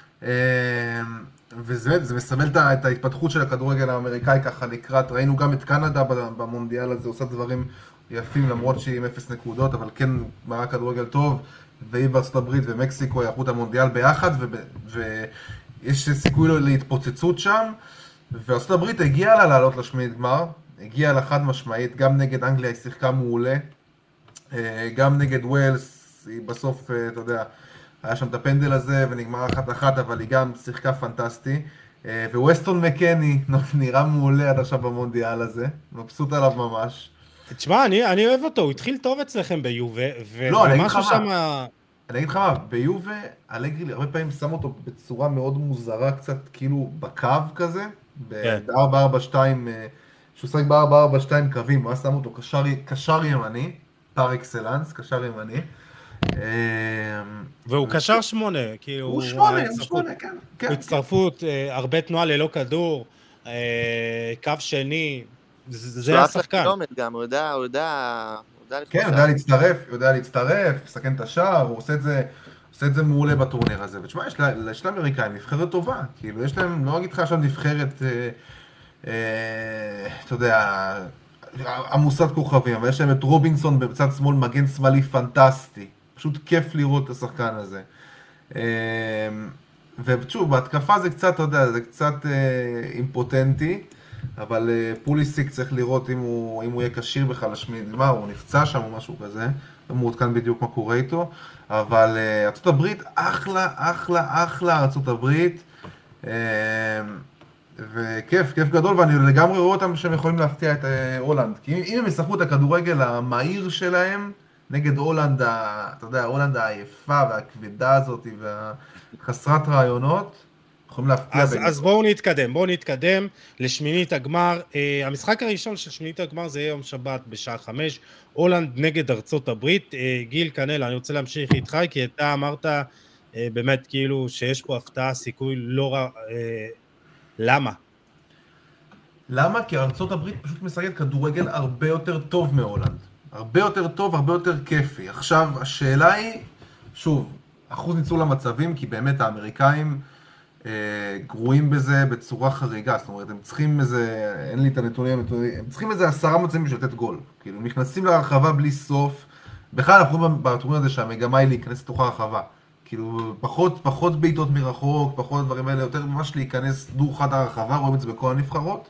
וזה מסמל את ההתפתחות של הכדורגל האמריקאי ככה לקראת. ראינו גם את קנדה במונדיאל הזה עושה דברים יפים למרות שהיא עם 0 נקודות, אבל כן מראה כדורגל טוב, והיא בארצות הברית ומקסיקו יארחו את המונדיאל ביחד, ויש סיכוי להתפוצצות שם, וארצות הברית הגיעה לה לעלות לשמינית גמר, הגיעה לה חד משמעית, גם נגד אנגליה היא שיחקה מעולה, גם נגד ווילס, היא בסוף, אתה יודע, היה שם את הפנדל הזה ונגמר 1-1, אבל היא גם שיחקה פנטסטי, וווסטון מקני נראה מעולה עד עכשיו במונדיאל הזה, מבסוט עליו ממש. תשמע, אני אוהב אותו, הוא התחיל טוב אצלכם ביובה, ומשהו שם... אני אגיד לך מה, ביובה, אלגרי הרבה פעמים שם אותו בצורה מאוד מוזרה, קצת כאילו בקו כזה, ב-4-4-2, שהוא שחק ב-4-4-2 קווים, הוא שם אותו קשר ימני, פר אקסלנס, קשר ימני. והוא קשר 8, כאילו... הוא 8, כן. הוא הצטרפות, הרבה תנועה ללא כדור, קו שני, זה השחקן. גם, הוא יודע... כן, יודע להצטרף, מסכן את השער, הוא עושה את זה מעולה בטורניר הזה. ותשמע, יש לאמריקאים נבחרת טובה, כאילו יש להם, לא אגיד לך עכשיו נבחרת, אתה יודע, עמוסת כוכבים, אבל יש להם את רובינסון בצד שמאל, מגן שמאלי פנטסטי, פשוט כיף לראות את השחקן הזה. ושוב, בהתקפה זה קצת, אתה יודע, זה קצת אימפוטנטי, אבל פוליסיק צריך לראות אם הוא יהיה קשיר בכלל לשמינית גמר, הוא נפצע שם או משהו כזה, לא מעודכן בדיוק מה קורה איתו, אבל ארצות הברית, אחלה ארצות הברית, וכיף גדול, ואני לגמרי רואה אותם שהם יכולים להפתיע את הולנד, כי אם הם ישחקו את הכדורגל המהיר שלהם, נגד הולנד, אתה יודע, הולנד העייפה והכבדה הזאת, והחסרת רעיונות, יכולים להפתיע. אז בואו נתקדם לשמינית הגמר. המשחק הראשון של שמינית הגמר זה יום שבת בשעה 5, הולנד נגד ארצות הברית. גיל קנל, אני רוצה להמשיך איתך, כי אתה אמרת באמת כאילו שיש פה הפתעה, סיכוי לא רע. למה? למה? כי ארצות הברית פשוט משחקת כדורגל הרבה יותר טוב מהולנד. הרבה יותר טוב, הרבה יותר כיפי. עכשיו, השאלה היא, שוב, אחוז ניצול המצבים, כי באמת האמריקאים גרועים בזה בצורה חריגה. זאת אומרת, הם צריכים איזה, אין לי את הנתונים, הם צריכים איזה 10 מצבים בשביל לתת גול. כאילו, הם נכנסים לרחבה בלי סוף. בכלל, אנחנו רואים בתחומים הזה שהמגמה היא להיכנס לתוך הרחבה. כאילו, פחות בעיטות מרחוק, פחות דברים האלה, יותר ממש להיכנס דור חד הרחבה, רואים את זה בכל הנבחרות.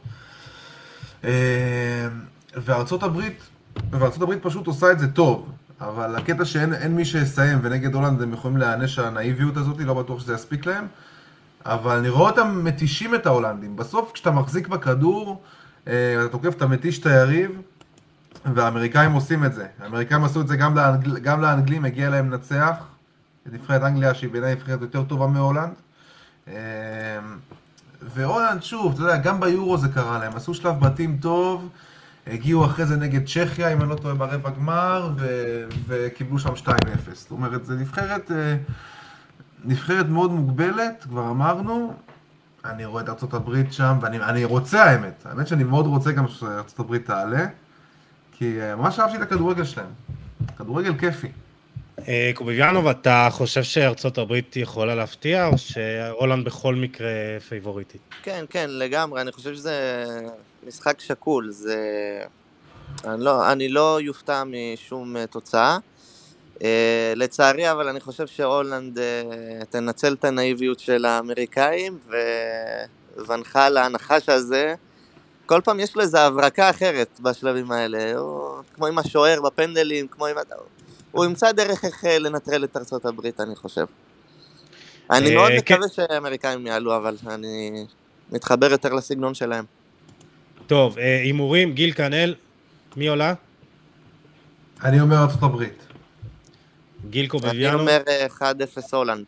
וארצות הברית פשוט עושה את זה טוב, אבל הקטע שאין מי שיסיים, ונגד הולנד הם יכולים להענש הנאיביות הזאת, לא בטוח שזה יספיק להם, אבל נראה אותם מתישים את ההולנדים. בסוף כשאתה מחזיק בכדור, אתה תוקף, אתה מתיש את היריב, והאמריקאים עושים את זה. האמריקאים עשו את זה גם לאנגלים, הגיע להם לנצח, נבחרת אנגליה שהיא בעיניי נבחרת יותר טובה מהולנד. והולנד, שוב, אתה יודע, גם ביורו זה קרה להם, עשו שלב בתים טוב, הגיעו אחרי זה נגד צ'כיה, אם אני לא טועה, ברבע גמר, וקיבלו שם 2-0. זאת אומרת, זה נבחרת מאוד מוגבלת, כבר אמרנו. אני רואה את ארצות הברית שם, ואני רוצה האמת שאני מאוד רוצה גם שארצות הברית תעלה, כי ממש אהבתי את הכדורגל שלהם. כדורגל כיפי. קוביביאנוב, אתה חושב שארצות הברית יכולה להפתיע, או שהולנד בכל מקרה פייבוריטית? כן, לגמרי, אני חושב שזה משחק שקול, אני לא יופתע משום תוצאה, לצערי, אבל אני חושב שהולנד תנצל את הנאיביות של האמריקאים, ונחה להנחש הזה, כל פעם יש לו איזו הברקה אחרת בשלבים האלה, כמו עם השוער בפנדלים, הוא ימצא דרך איך לנטרל את ארצות הברית, אני חושב. אני מאוד מקווה שהאמריקאים יעלו, אבל אני מתחבר יותר לסגנון שלהם. טוב, הימורים, גיל קנל, מי עולה? אני אומר ארצות הברית. גיל קוביביאנוב? אני אומר 1-0 הולנד.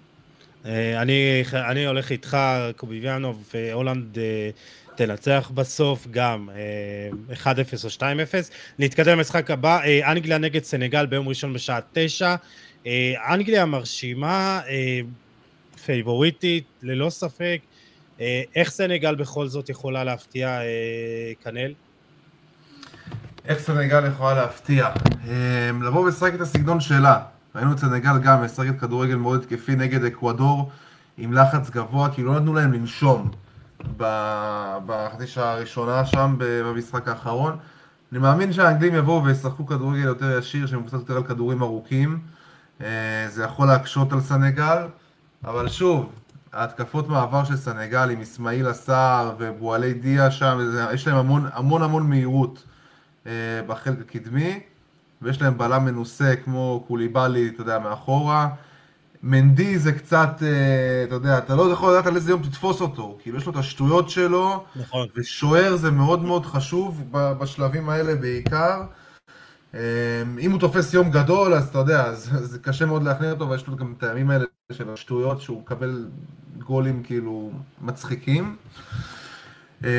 אני הולך איתך, קוביביאנוב, הולנד תנצח בסוף גם 1-0 או 2-0. נתקדם למשחק הבא, אנגליה נגד סנגל ביום ראשון בשעה 9. אנגליה מרשימה, פייבוריטית, ללא ספק. איך סנגל בכל זאת יכולה להפתיע, קנל? איך סנגל יכולה להפתיע? לבוא ולשחק את הסגנון שלה. ראינו את סנגל גם משחקת כדורגל מאוד התקפי נגד אקוודור עם לחץ גבוה, כי לא נתנו להם לנשום בחצי שעה הראשונה שם במשחק האחרון. אני מאמין שהאנגלים יבואו וישחקו כדורגל יותר ישיר, שמבוסס יותר על כדורים ארוכים. זה יכול להקשות על סנגל, אבל שוב, ההתקפות מעבר של סנגל עם אסמאעיל אסר ובועלי דיה שם, יש להם המון מהירות בחלק הקדמי, ויש להם בלם מנוסה כמו קוליבאלי, אתה יודע, מאחורה. מנדי זה קצת, אתה יודע, אתה לא יכול לדעת על איזה יום תתפוס אותו, כאילו יש לו את השטויות שלו, נכון. ושוער זה מאוד מאוד חשוב בשלבים האלה בעיקר. אם הוא תופס יום גדול, אז אתה יודע, זה קשה מאוד להכנין אותו, ויש לו גם את הימים האלה של השטויות, שהוא מקבל גולים כאילו מצחיקים. היא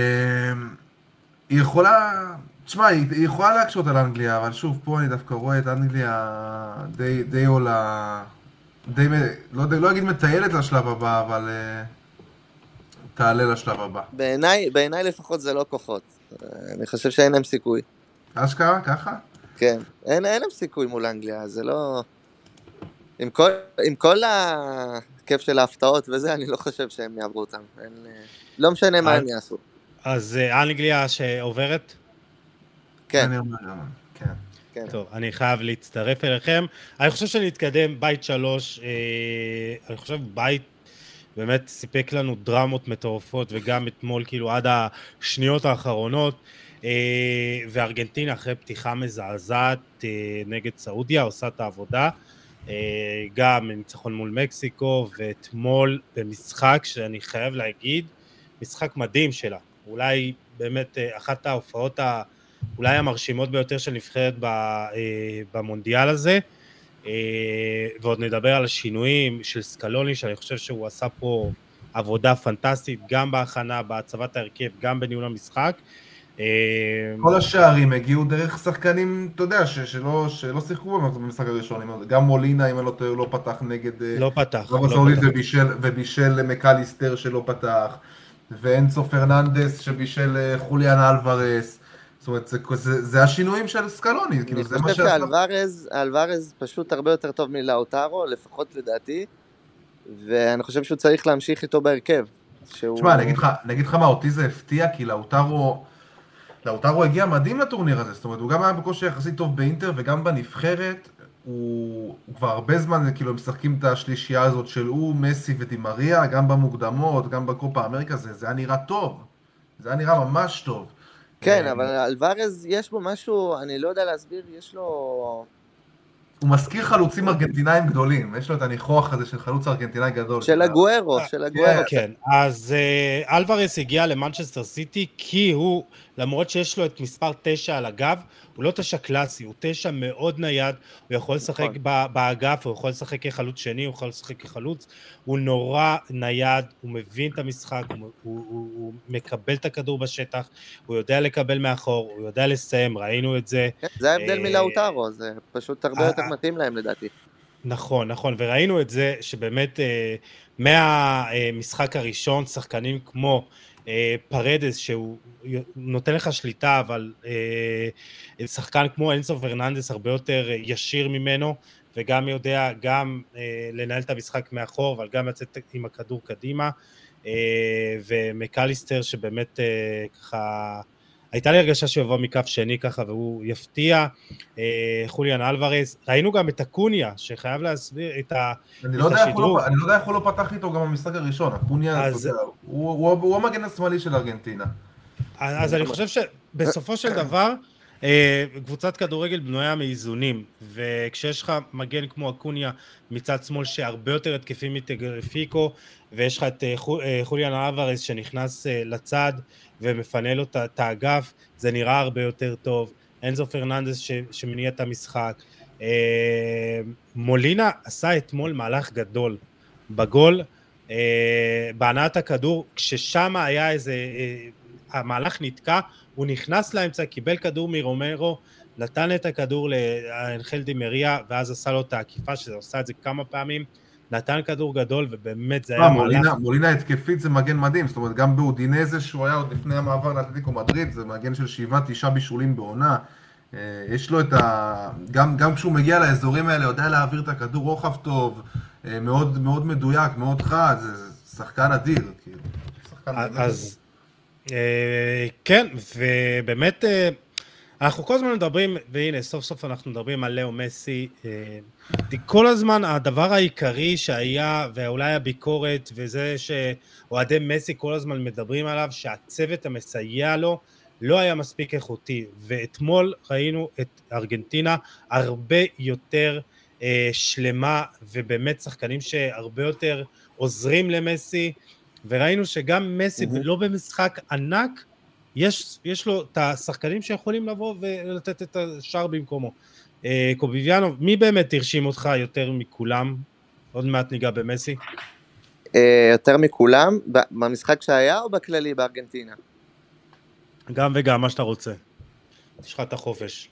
יכולה, תשמע, היא יכולה להקשות על אנגליה, אבל שוב, פה אני דווקא רואה את אנגליה די עולה, לא אגיד מטיילת לשלב הבא, אבל תעלה לשלב הבא. בעיניי לפחות זה לא כוחות. אני חושב שאין להם סיכוי. אשכרה, ככה? כן, אין להם סיכוי מול אנגליה, זה לא... עם כל הכיף של ההפתעות וזה, אני לא חושב שהם יעברו אותם. לא משנה מה הם יעשו. אז אנגליה שעוברת? כן. אני אומר גם, כן. טוב, אני חייב להצטרף אליכם. אני חושב שנתקדם, בית 3, אני חושב בית באמת סיפק לנו דרמות מטורפות, וגם אתמול כאילו עד השניות האחרונות, וארגנטינה אחרי פתיחה מזעזעת נגד סעודיה, עושה את העבודה, גם ניצחון מול מקסיקו, ואתמול במשחק שאני חייב להגיד, משחק מדהים שלה, אולי באמת אחת ההופעות אולי המרשימות ביותר של נבחרת במונדיאל הזה, ועוד נדבר על השינויים של סקלוני, שאני חושב שהוא עשה פה עבודה פנטסטית, גם בהכנה, בהצבת ההרכב, גם בניהול המשחק. כל השערים הגיעו דרך שחקנים, אתה יודע, שלא שיחקו במשחק הראשון. גם מולינה, אם אני לא טועה, לא פתח נגד... לא פתח. ובישל מקליסטר שלא פתח, ואנסו פרננדס שבישל חוליאן אלוורס. זאת אומרת, זה השינויים של סקלוני. אני חושב שאלוורז פשוט הרבה יותר טוב מלאוטרו, לפחות לדעתי, ואני חושב שהוא צריך להמשיך איתו בהרכב. תשמע, אני אגיד לך מה, אותי זה הפתיע, כי לאוטרו הגיע מדהים לטורניר הזה, זאת אומרת, הוא גם היה בקושי יחסית טוב באינטר וגם בנבחרת, הוא כבר הרבה זמן, כאילו, הם משחקים את השלישייה הזאת של מסי ודימריה, גם במוקדמות, גם בקופה אמריקה, זה היה נראה טוב, זה היה נראה ממש טוב. כן, אבל אלוורז יש בו משהו, אני לא יודע להסביר, יש לו... הוא מזכיר חלוצים ארגנטינאים גדולים, יש לו את הניחוח הזה של חלוץ ארגנטינאי גדול. של הגוארו, של הגוארו. כן, אז אלוורס הגיע למנצ'סטר סיטי, כי הוא, למרות שיש לו את מספר 9 על הגב, הוא לא 9 קלאסי, הוא 9 מאוד נייד, הוא יכול לשחק באגף, הוא יכול לשחק כחלוץ שני, הוא יכול לשחק כחלוץ, הוא נורא נייד, הוא מבין את המשחק, הוא מקבל את הכדור בשטח, הוא יודע לקבל מאחור, הוא יודע לסיים, ראינו את זה. זה ההבדל מלאוטרו, זה פשוט הרבה יותר מתאים להם לדעתי. נכון, וראינו את זה שבאמת מהמשחק הראשון, שחקנים כמו פרדס, שהוא נותן לך שליטה, אבל שחקן כמו אנסו פרננדס הרבה יותר ישיר ממנו, וגם יודע גם לנהל את המשחק מאחור, אבל גם לצאת עם הכדור קדימה, ומקליסטר שבאמת ככה, הייתה לי הרגשה שהוא יבוא מכף שני ככה, והוא יפתיע, חוליאן אלוורס, ראינו גם את אקוניה, שחייב להסביר את השדרוג. אני לא יודע איך הוא לא פתח איתו גם במשחק הראשון, אקוניה, הוא המגן השמאלי של ארגנטינה. אז אני חושב שבסופו של דבר, קבוצת כדורגל בנויה מאיזונים, וכשיש לך מגן כמו אקוניה מצד שמאל שהרבה יותר התקפים מטגריפיקו, ויש לך את חוליאן אלוורס שנכנס לצד ומפנה לו את האגף, זה נראה הרבה יותר טוב. אנזו פרננדס שמניע את המשחק. מולינה עשה אתמול מהלך גדול בגול, בהנעת הכדור, כששם היה איזה, המהלך נתקע, הוא נכנס לאמצע, קיבל כדור מרומרו, נתן את הכדור לאנחל דימריה, ואז עשה לו את העקיפה, שזה עושה את זה כמה פעמים, נתן כדור גדול, ובאמת זה היה מהלך... מולינה התקפית זה מגן מדהים, זאת אומרת, גם באודינזה, שהוא היה עוד לפני המעבר לאתלטיקו מדריד, זה מגן של 7-9 בישולים בעונה, יש לו את ה... גם כשהוא מגיע לאזורים האלה, יודע להעביר את הכדור רוחב טוב, מאוד מאוד מדויק, מאוד חד, זה שחקן אדיר, כאילו. אז כן, ובאמת אנחנו כל הזמן מדברים, והנה סוף סוף אנחנו מדברים על לאו מסי, כל הזמן הדבר העיקרי שהיה, ואולי הביקורת, וזה שאוהדי מסי כל הזמן מדברים עליו, שהצוות המסייע לו לא היה מספיק איכותי, ואתמול ראינו את ארגנטינה הרבה יותר שלמה, ובאמת שחקנים שהרבה יותר עוזרים למסי, וראינו שגם מסי לא במשחק ענק, יש לו את השחקנים שיכולים לבוא ולתת את השאר במקומו. קוביביאנו, מי באמת הרשים אותך יותר מכולם? עוד מעט ניגע במסי. יותר מכולם? במשחק שהיה או בכללי בארגנטינה? גם וגם, מה שאתה רוצה. יש לך את החופש.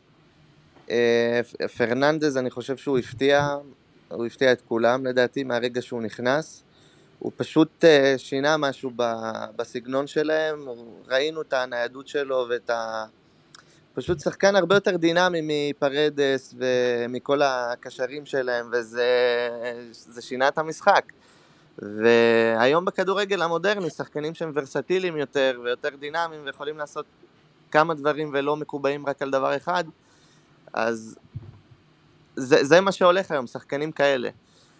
פרננדז, אני חושב שהוא הפתיע את כולם, לדעתי, מהרגע שהוא נכנס. הוא פשוט שינה משהו בסגנון שלהם, ראינו את הניידות שלו ואת פשוט שחקן הרבה יותר דינמי מפרדס ומכל הקשרים שלהם, וזה שינה את המשחק. והיום בכדורגל המודרני, שחקנים שהם ורסטיליים יותר ויותר דינמיים ויכולים לעשות כמה דברים ולא מקובעים רק על דבר אחד, אז זה מה שהולך היום, שחקנים כאלה.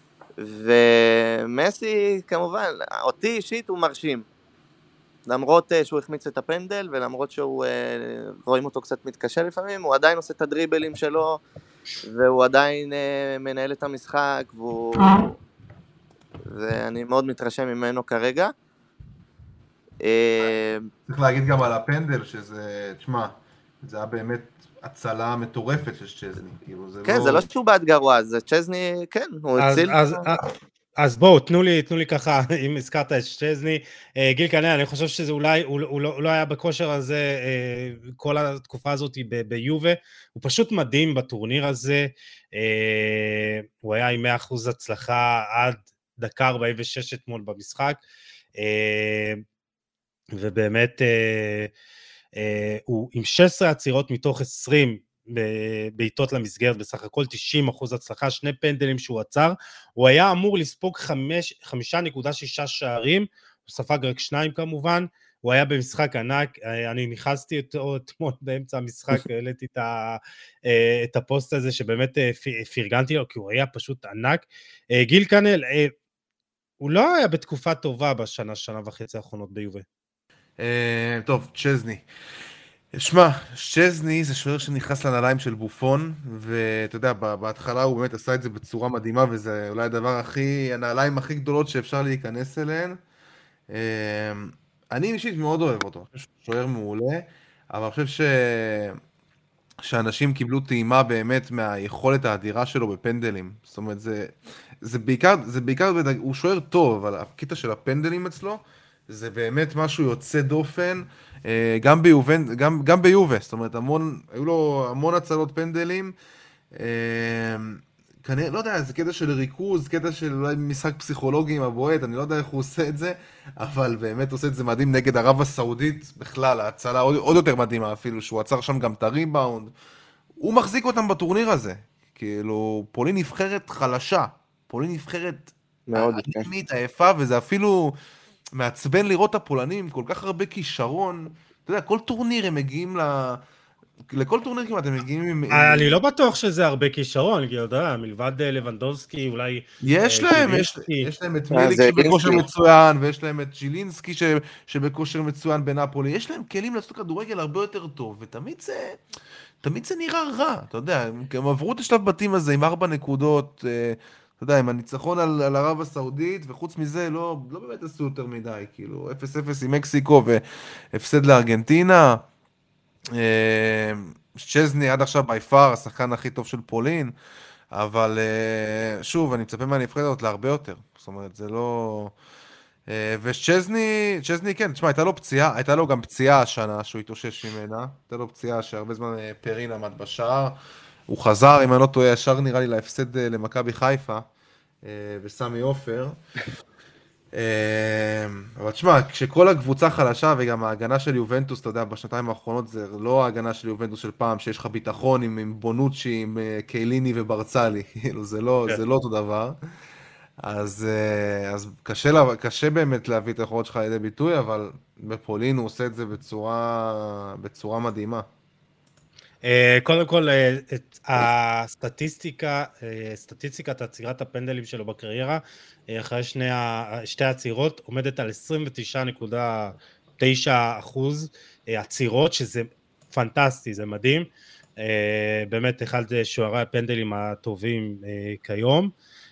ומסי כמובן, אותי אישית הוא מרשים, למרות שהוא החמיץ את הפנדל ולמרות שהוא רואים אותו קצת מתקשה לפעמים, הוא עדיין עושה את הדריבלים שלו והוא עדיין מנהל את המשחק ואני מאוד מתרשם ממנו כרגע. צריך להגיד גם על הפנדל שזה, תשמע, זה היה באמת הצלה מטורפת של צ'זני, כאילו זה כן, זה לא שהוא בעד גרוע, זה צ'זני, כן, הוא הציל. אז בואו, תנו לי ככה, אם הזכרת את שצ'זני, גיל קנל, אני חושב שזה אולי, הוא לא היה בכושר הזה כל התקופה הזאת ביובה, הוא פשוט מדהים בטורניר הזה, הוא היה עם 100% הצלחה עד דקה 46 אתמול במשחק, ובאמת הוא עם 16 עצירות מתוך 20 בעיטות למסגרת, בסך הכל 90% הצלחה, 2 פנדלים שהוא עצר, הוא היה אמור לספוג 5.6 שערים, הוא ספג רק 2 כמובן, הוא היה במשחק ענק, אני נכנסתי אותו אתמול באמצע המשחק, העליתי את הפוסט הזה שבאמת פרגנתי לו, כי הוא היה פשוט ענק. גיל קנל, הוא לא היה בתקופה טובה שנה וחצי האחרונות ביובה. טוב, צ'זני. שמע, צ'זני זה שוער שנכנס לנעליים של בופון, ואתה יודע, בהתחלה הוא באמת עשה את זה בצורה מדהימה, וזה אולי הדבר הנעליים הכי גדולות שאפשר להיכנס אליהן. אני אישית מאוד אוהב אותו, אני חושב שהוא שוער מעולה, אבל אני חושב שאנשים קיבלו טעימה באמת מהיכולת האדירה שלו בפנדלים. זאת אומרת, זה בעיקר, הוא שוער טוב, אבל הקטע של הפנדלים אצלו, זה באמת משהו יוצא דופן, גם ביובה, זאת אומרת, היו לו המון הצלות פנדלים, כנראה, לא יודע, זה קטע של ריכוז, קטע של אולי משחק פסיכולוגי עם הבועט, אני לא יודע איך הוא עושה את זה, אבל באמת עושה את זה מדהים נגד ערב הסעודית, בכלל, ההצלה עוד יותר מדהימה אפילו, שהוא עצר שם גם את הריבאונד, הוא מחזיק אותם בטורניר הזה, כאילו, פולין נבחרת חלשה, פולין נבחרת עדימית, עייפה, וזה אפילו מעצבן לראות את הפולנים, כל כך הרבה כישרון, אתה יודע, כל טורניר הם מגיעים לכל טורניר כמעט הם מגיעים עם... אני לא בטוח שזה הרבה כישרון, כי יודע, מלבד לבנדובסקי, אולי... יש להם את מיליק שבכושר מצוין, ויש להם את ג'ילינסקי שבכושר מצוין בנאפולי, יש להם כלים לעשות כדורגל הרבה יותר טוב, ותמיד זה נראה רע, אתה יודע, הם עברו את השלב בתים הזה עם 4 נקודות, אתה יודע, עם הניצחון על ערב הסעודית, וחוץ מזה לא באמת עשו יותר מדי, כאילו 0-0 עם מקסיקו והפסד לארגנטינה, צ'זני עד עכשיו ביפר, השחקן הכי טוב של פולין, אבל שוב, אני מצפה מהנבחרת הזאת להרבה יותר, זאת אומרת, זה לא... וצ'זני, כן, תשמע, הייתה לו גם פציעה השנה שהוא התאושש ממנה, הייתה לו פציעה שהרבה זמן פרין עמד בשער, הוא חזר, אם אני לא טועה, ישר נראה לי להפסד למכבי חיפה, וסמי עופר. אבל תשמע, כשכל הקבוצה חלשה, וגם ההגנה של יובנטוס, אתה יודע, בשנתיים האחרונות, זה לא ההגנה של יובנטוס של פעם, שיש לך ביטחון עם בונוצ'י, עם קייליני וברצלי, זה לא אותו דבר. אז קשה באמת להביא את היכולות שלך לידי ביטוי, אבל בפולין הוא עושה את זה בצורה מדהימה. קודם כל, סטטיסטיקת עצירת הפנדלים שלו בקריירה, אחרי שתי העצירות, עומדת על 29.9% עצירות, שזה פנטסטי, זה מדהים. באמת אחד שוערי הפנדלים הטובים כיום.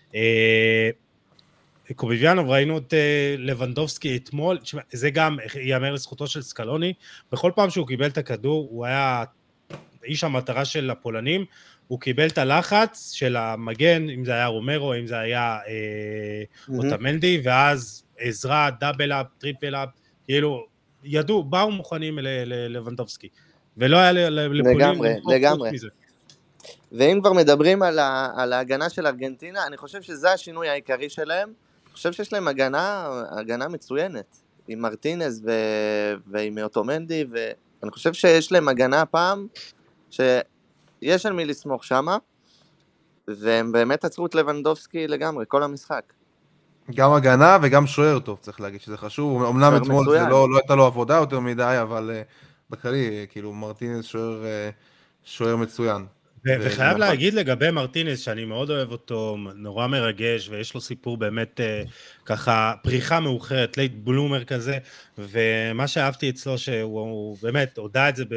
קוביביאנוב, ראינו את לבנדובסקי אתמול, זה גם ייאמר לזכותו של סקלוני, בכל פעם שהוא קיבל את הכדור, הוא היה איש המטרה של הפולנים, הוא קיבל את הלחץ של המגן, אם זה היה רומרו, אם זה היה אוטמנדי, ואז עזרה, דאבל אפ, טריפל אפ, כאילו, ידעו, באו מוכנים ללבנדובסקי, ולא היה לפולין לגמרי. ואם כבר מדברים על ההגנה של ארגנטינה, אני חושב שזה השינוי העיקרי שלהם, אני חושב שיש להם הגנה מצוינת, עם מרטינז ועם אוטומנדי, ואני חושב שיש להם הגנה הפעם, שיש על מי לסמוך שמה, והם באמת עצרו את לבנדובסקי לגמרי, כל המשחק. גם הגנה וגם שוער טוב, צריך להגיד שזה חשוב, אמנם אתמול זה לא הייתה לו עבודה יותר מדי, אבל בכללי, כאילו מרטינז שוער מצוין. וחייב להגיד לגבי מרטינז, שאני מאוד אוהב אותו, נורא מרגש, ויש לו סיפור באמת ככה פריחה מאוחרת, לייט בלומר כזה, ומה שאהבתי אצלו שהוא באמת הודע את זה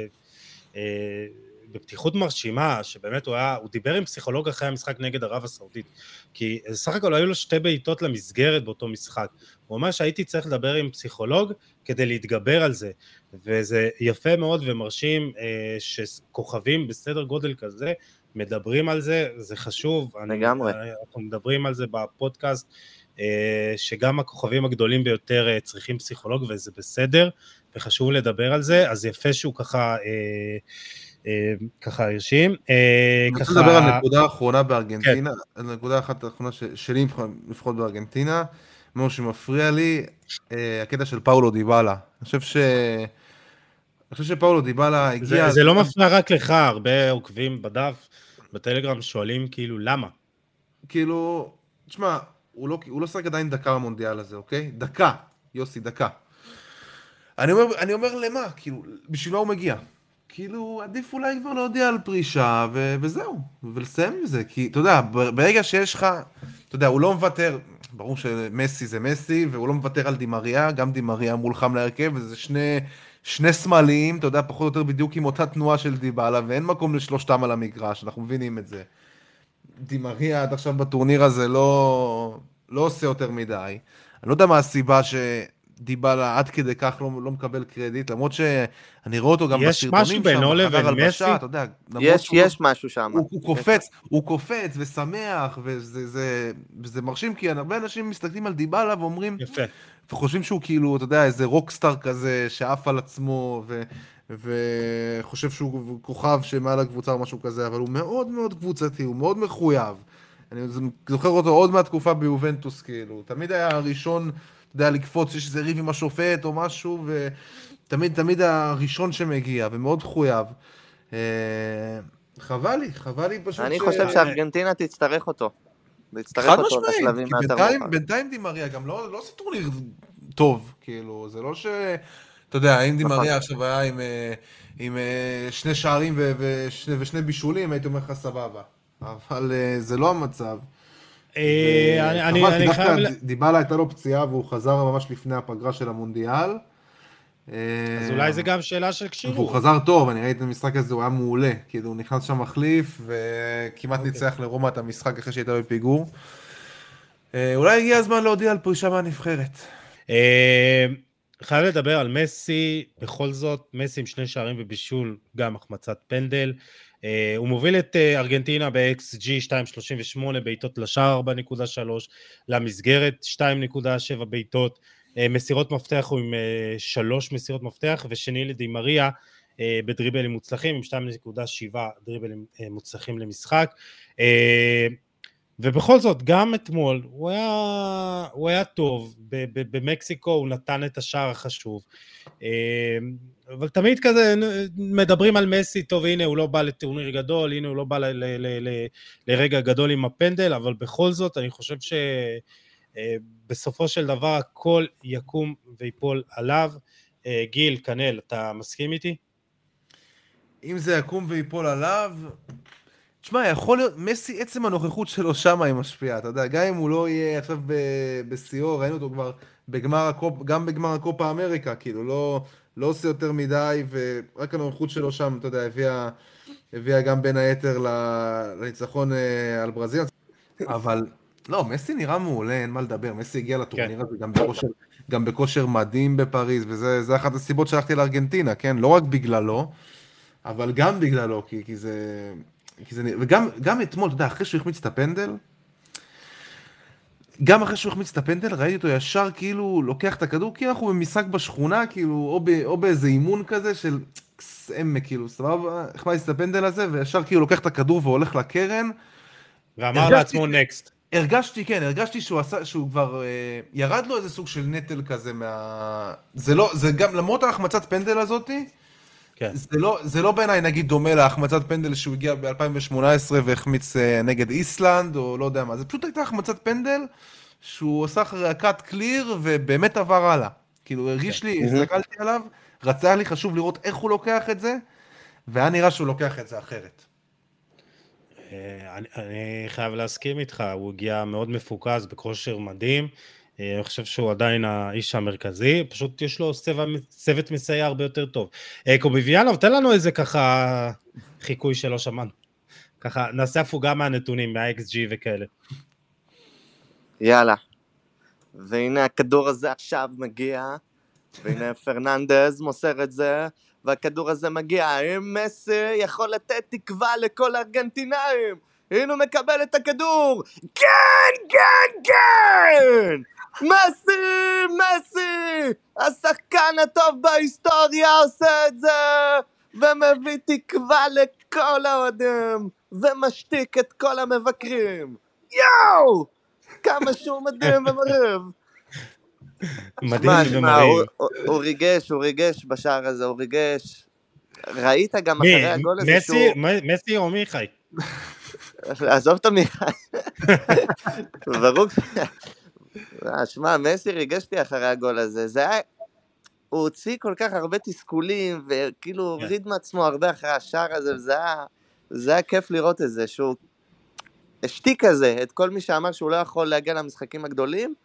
בפתיחות מרשימה, שבאמת הוא דיבר עם פסיכולוג אחרי המשחק נגד ערב הסעודית, כי סך הכל היו לו 2 בעיטות למסגרת באותו משחק, הוא אומר שהייתי צריך לדבר עם פסיכולוג כדי להתגבר על זה, וזה יפה מאוד ומרשים שכוכבים בסדר גודל כזה, מדברים על זה, זה חשוב. לגמרי. אנחנו מדברים על זה בפודקאסט, שגם הכוכבים הגדולים ביותר צריכים פסיכולוג, וזה בסדר, וחשוב לדבר על זה, אז יפה שהוא ככה הרשים. אני רוצה לדבר על נקודה האחרונה בארגנטינה, נקודה אחת האחרונה שלי לפחות בארגנטינה, מה שמפריע לי, הקטע של פאולו דיבאלה. אני חושב שפאולו דיבאלה הגיע... זה לא מפריע רק לך, הרבה עוקבים בדף, בטלגרם שואלים כאילו למה? כאילו, תשמע, הוא לא שחק עדיין דקה במונדיאל הזה, אוקיי? דקה, יוסי, דקה. אני אומר למה? כאילו, בשביל מה הוא מגיע? כאילו, עדיף אולי כבר להודיע על פרישה, וזהו, ולסיים עם זה, כי, אתה יודע, ברגע שיש לך, אתה יודע, הוא לא מוותר, ברור שמסי זה מסי, והוא לא מוותר על דימריה, גם דימריה מולחם להרכב, וזה שני סמלים, אתה יודע, פחות או יותר בדיוק עם אותה תנועה של דיבאלה, ואין מקום לשלושתם על המגרש, אנחנו מבינים את זה. דימריה עד עכשיו בטורניר הזה לא עושה יותר מדי, אני לא יודע מה הסיבה דיבאלה עד כדי כך לא מקבל קרדיט, למרות שאני רואה אותו גם בסרטונים שם, בחדר הלבשה, אתה יודע, יש משהו שם. הוא קופץ ושמח, וזה מרשים, כי הרבה אנשים מסתכלים על דיבאלה ואומרים, וחושבים שהוא כאילו, אתה יודע, איזה רוקסטאר כזה, שעף על עצמו, וחושב שהוא כוכב שמעל הקבוצה או משהו כזה, אבל הוא מאוד מאוד קבוצתי, הוא מאוד מחויב. אני זוכר אותו עוד מהתקופה ביובנטוס, כאילו, תמיד היה הראשון, אתה יודע, לקפוץ, יש איזה ריב עם השופט או משהו, ותמיד הראשון שמגיע, ומאוד חויב. חבל לי פשוט אני חושב שארגנטינה תצטרך אותו. חד משמעית, כי בינתיים דימריה גם לא עושה טורניר טוב, כאילו, זה לא ש... אתה יודע, אם דימריה עכשיו היה עם 2 שערים ושני בישולים, הייתי אומר לך סבבה. אבל זה לא המצב. דיבאלה הייתה לו פציעה והוא חזר ממש לפני הפגרה של המונדיאל. אז אולי זה גם שאלה של כשירות. והוא חזר טוב, אני ראיתי את המשחק הזה, הוא היה מעולה. כאילו הוא נכנס שם מחליף וכמעט ניצח לרומא את המשחק אחרי שהייתה בפיגור. אולי הגיע הזמן להודיע על פרישה מהנבחרת. חייב לדבר על מסי, בכל זאת, מסי עם 2 שערים ובישול, גם החמצת פנדל. הוא מוביל את ארגנטינה ב-XG 2.38, בעיטות לשער 4.3, למסגרת 2.7 בעיטות, מסירות מפתח הוא עם 3 מסירות מפתח, ושני לדימריה בדריבלים מוצלחים, עם 2.7 דריבלים מוצלחים למשחק. ובכל זאת, גם אתמול, הוא היה טוב, במקסיקו הוא נתן את השער החשוב, אבל תמיד כזה מדברים על מסי, טוב הנה הוא לא בא לטורניר גדול, הנה הוא לא בא לרגע גדול עם הפנדל, אבל בכל זאת אני חושב שבסופו של דבר הכל יקום ויפול עליו. גיל, קנל, אתה מסכים איתי? אם זה יקום ויפול עליו... תשמע, יכול להיות, מסי, עצם הנוכחות שלו שם היא משפיעה, אתה יודע, גם אם הוא לא יהיה עכשיו בסיור, ראינו אותו כבר גם בגמר הקופה אמריקה, כאילו, לא עושה יותר מדי, ורק הנוכחות שלו שם, אתה יודע, הביאה גם בין היתר לניצחון על ברזיל, אבל לא, מסי נראה מעולה, אין מה לדבר, מסי הגיע לטורניר הזה גם בכושר מדהים בפריז, וזה אחת הסיבות שהלכתי לארגנטינה, כן, לא רק בגללו, אבל גם בגללו, כי זה... וגם אתמול, אתה יודע, אחרי שהוא החמיץ את הפנדל, ראיתי אותו ישר כאילו לוקח את הכדור, כי אנחנו במשחק בשכונה, כאילו, או באיזה אימון כזה של עמק, כאילו, סבבה, החמיץ את הפנדל הזה, וישר כאילו לוקח את הכדור והולך לקרן. ואמר לעצמו נקסט. הרגשתי שהוא כבר, ירד לו איזה סוג של נטל כזה זה גם, למרות ההחמצת פנדל הזאתי, זה לא בעיניי נגיד דומה להחמצת פנדל שהוא הגיע ב-2018 והחמיץ נגד איסלנד או לא יודע מה, זה פשוט הייתה החמצת פנדל שהוא עושה רעקת קליר ובאמת עבר הלאה, כאילו הרגיש לי, הסתכלתי עליו, רצה לי חשוב לראות איך הוא לוקח את זה, והיה נראה שהוא לוקח את זה אחרת. אני חייב להסכים איתך, הוא הגיע מאוד מפוקס בכושר מדהים, אני חושב שהוא עדיין האיש המרכזי, פשוט יש לו צוות מסייע הרבה יותר טוב. קובי ויאנוב, תן לנו איזה ככה חיקוי שלא שמענו. ככה נעשה הפוגה מהנתונים, מה-XG וכאלה. יאללה. והנה הכדור הזה עכשיו מגיע, והנה פרננדז מוסר את זה, והכדור הזה מגיע, האם מסי יכול לתת תקווה לכל הארגנטינאים? הנה הוא מקבל את הכדור, כן, כן, כן! מסי, השחקן הטוב בהיסטוריה עושה את זה, ומביא תקווה לכל האוהדים, ומשתיק את כל המבקרים. יואו! כמה שהוא מדהים ומרהיב. מדהים ומרהיב. הוא ריגש בשער הזה, הוא ריגש. ראית גם אחרי הגול הזה שהוא... מסי או מיכאי? עזוב את מיכאי. ברור. שמע, מסי ריגשתי אחרי הגול הזה. זה היה... הוא הוציא כל כך הרבה תסכולים, וכאילו הוריד מעצמו הרבה אחרי השער הזה, וזה היה כיף לראות את זה, שהוא השתיק כזה, את כל מי שאמר שהוא לא יכול להגיע למשחקים הגדולים,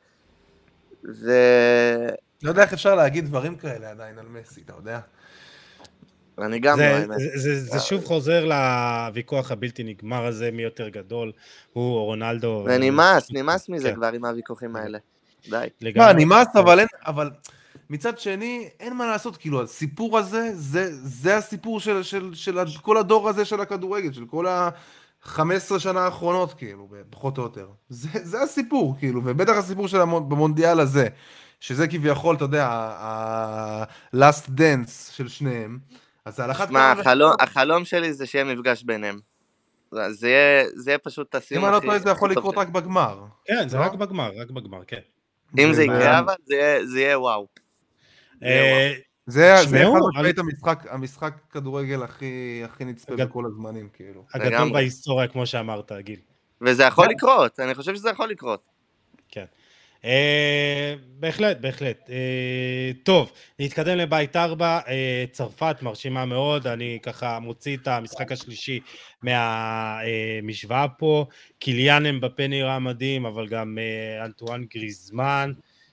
לא יודע איך אפשר להגיד דברים כאלה עדיין על מסי, אתה יודע? אני גם לא, האמת. זה שוב חוזר לוויכוח הבלתי נגמר הזה, מי יותר גדול, הוא או רונלדו. נמאס מזה כבר עם הוויכוחים האלה. די. נמאס, אבל מצד שני, אין מה לעשות, כאילו, הסיפור הזה, זה הסיפור של כל הדור הזה של הכדורגל, של כל 15 שנה האחרונות, כאילו, פחות או יותר. זה הסיפור, כאילו, ובטח הסיפור של במונדיאל הזה, שזה כביכול, אתה יודע, ה-last dance של שניהם, אז על אחת... מה, החלום שלי זה שיהיה מפגש ביניהם. זה יהיה פשוט הסיום הכי... אם אני לא טועה, זה יכול לקרות רק בגמר. כן, זה רק בגמר, כן. אם זה יקרה, אבל זה יהיה וואו. זה המשחק כדורגל הכי נצפה בכל הזמנים, כאילו. הגדול בהיסטוריה, כמו שאמרת, גיל. וזה יכול לקרות, אני חושב שזה יכול לקרות. כן. בהחלט. טוב, נתקדם לבית 4, צרפת מרשימה מאוד, אני ככה מוציא את המשחק השלישי מהמשוואה פה, קיליאן אמבפה נראה מדהים, אבל גם אנטואן גריזמן,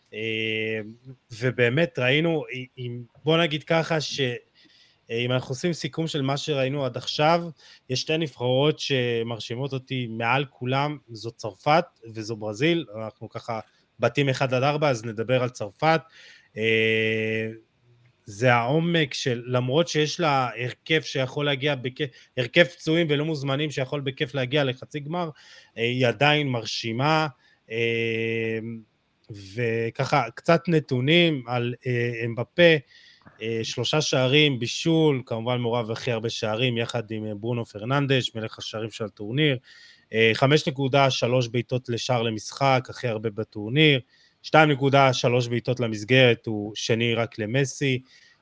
ובאמת ראינו, בוא נגיד ככה שאם אנחנו עושים סיכום של מה שראינו עד עכשיו, יש שתי נבחרות שמרשימות אותי מעל כולם, זו צרפת וזו ברזיל, אנחנו ככה בתים 1-4, אז נדבר על צרפת. זה העומק של, למרות שיש לה הרכב שיכול להגיע, הרכב פצועים ולא מוזמנים שיכול בכיף להגיע לחצי גמר, היא עדיין מרשימה, וככה קצת נתונים על אמבפה, 3 שערים, בישול, כמובן מעורב הכי הרבה שערים, יחד עם ברונו פרננדש, מלך השערים של הטורניר, 5.3 בעיטות לשער למשחק, הכי הרבה בטורניר, 2.3 בעיטות למסגרת, הוא שני רק למסי,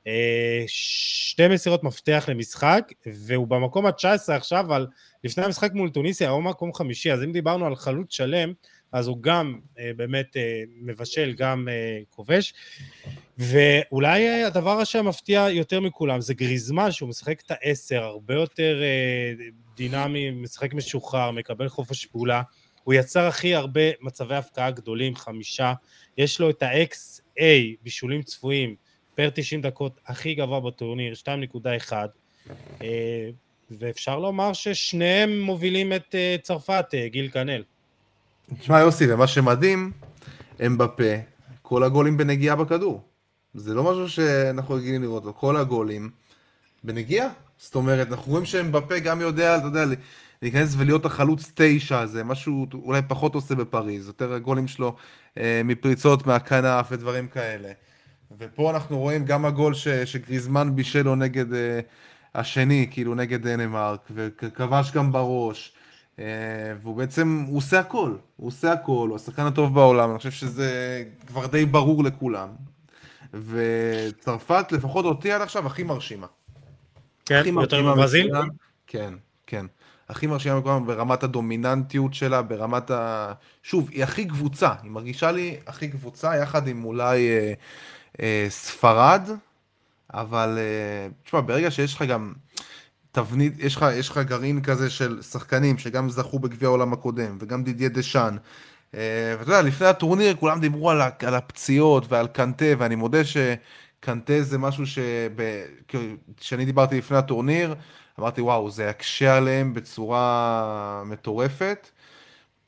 2 מסירות מפתח למשחק, והוא במקום ה-19 עכשיו, אבל לפני המשחק מול טוניסיה, הוא מקום 5, אז אם דיברנו על חלוץ שלם, אז הוא גם באמת מבשל, גם כובש, ואולי הדבר שמפתיע יותר מכולם, זה גריזמן, שהוא משחק את ה-10, הרבה יותר דינמי, משחק משוחרר, מקבל חופש פעולה, הוא יצר הכי הרבה מצבי הפקעה גדולים, 5, יש לו את ה-XA, בישולים צפויים, פר 90 דקות, הכי גבוה בטורניר, 2.1, ואפשר לומר ששניהם מובילים את צרפת, גיל קנל. תשמע יוסי, ומה שמדהים, אמבפה, כל הגולים בנגיעה בכדור. זה לא משהו שאנחנו רגילים לראות לו, כל הגולים בנגיעה. זאת אומרת, אנחנו רואים שאמבפה גם יודע, אתה יודע, להיכנס ולהיות החלוץ 9, זה משהו אולי פחות עושה בפריז, יותר הגולים שלו מפריצות, מהכנף ודברים כאלה. ופה אנחנו רואים גם הגול שגריזמן בישל לו נגד השני, כאילו נגד דנמרק, וכבש גם בראש. והוא בעצם, הוא עושה הכל, הוא השחקן הטוב בעולם, אני חושב שזה כבר די ברור לכולם. וצרפת, לפחות אותי עד עכשיו, הכי מרשימה. כן, יותר מברזיל? כן. הכי מרשימה מכולם ברמת הדומיננטיות שלה, ברמת שוב, היא הכי קבוצה, היא מרגישה לי הכי קבוצה, יחד עם אולי ספרד, אבל תשמע, ברגע שיש לך גם תבנית, יש לך גרעין כזה של שחקנים שגם זכו בגביע העולם הקודם, וגם דידיה דשאן, ואתה יודע, לפני הטורניר כולם דיברו על הפציעות ועל קנטה, ואני מודה שקנטה זה משהו שאני דיברתי לפני הטורניר, אמרתי וואו, זה יקשה עליהם בצורה מטורפת,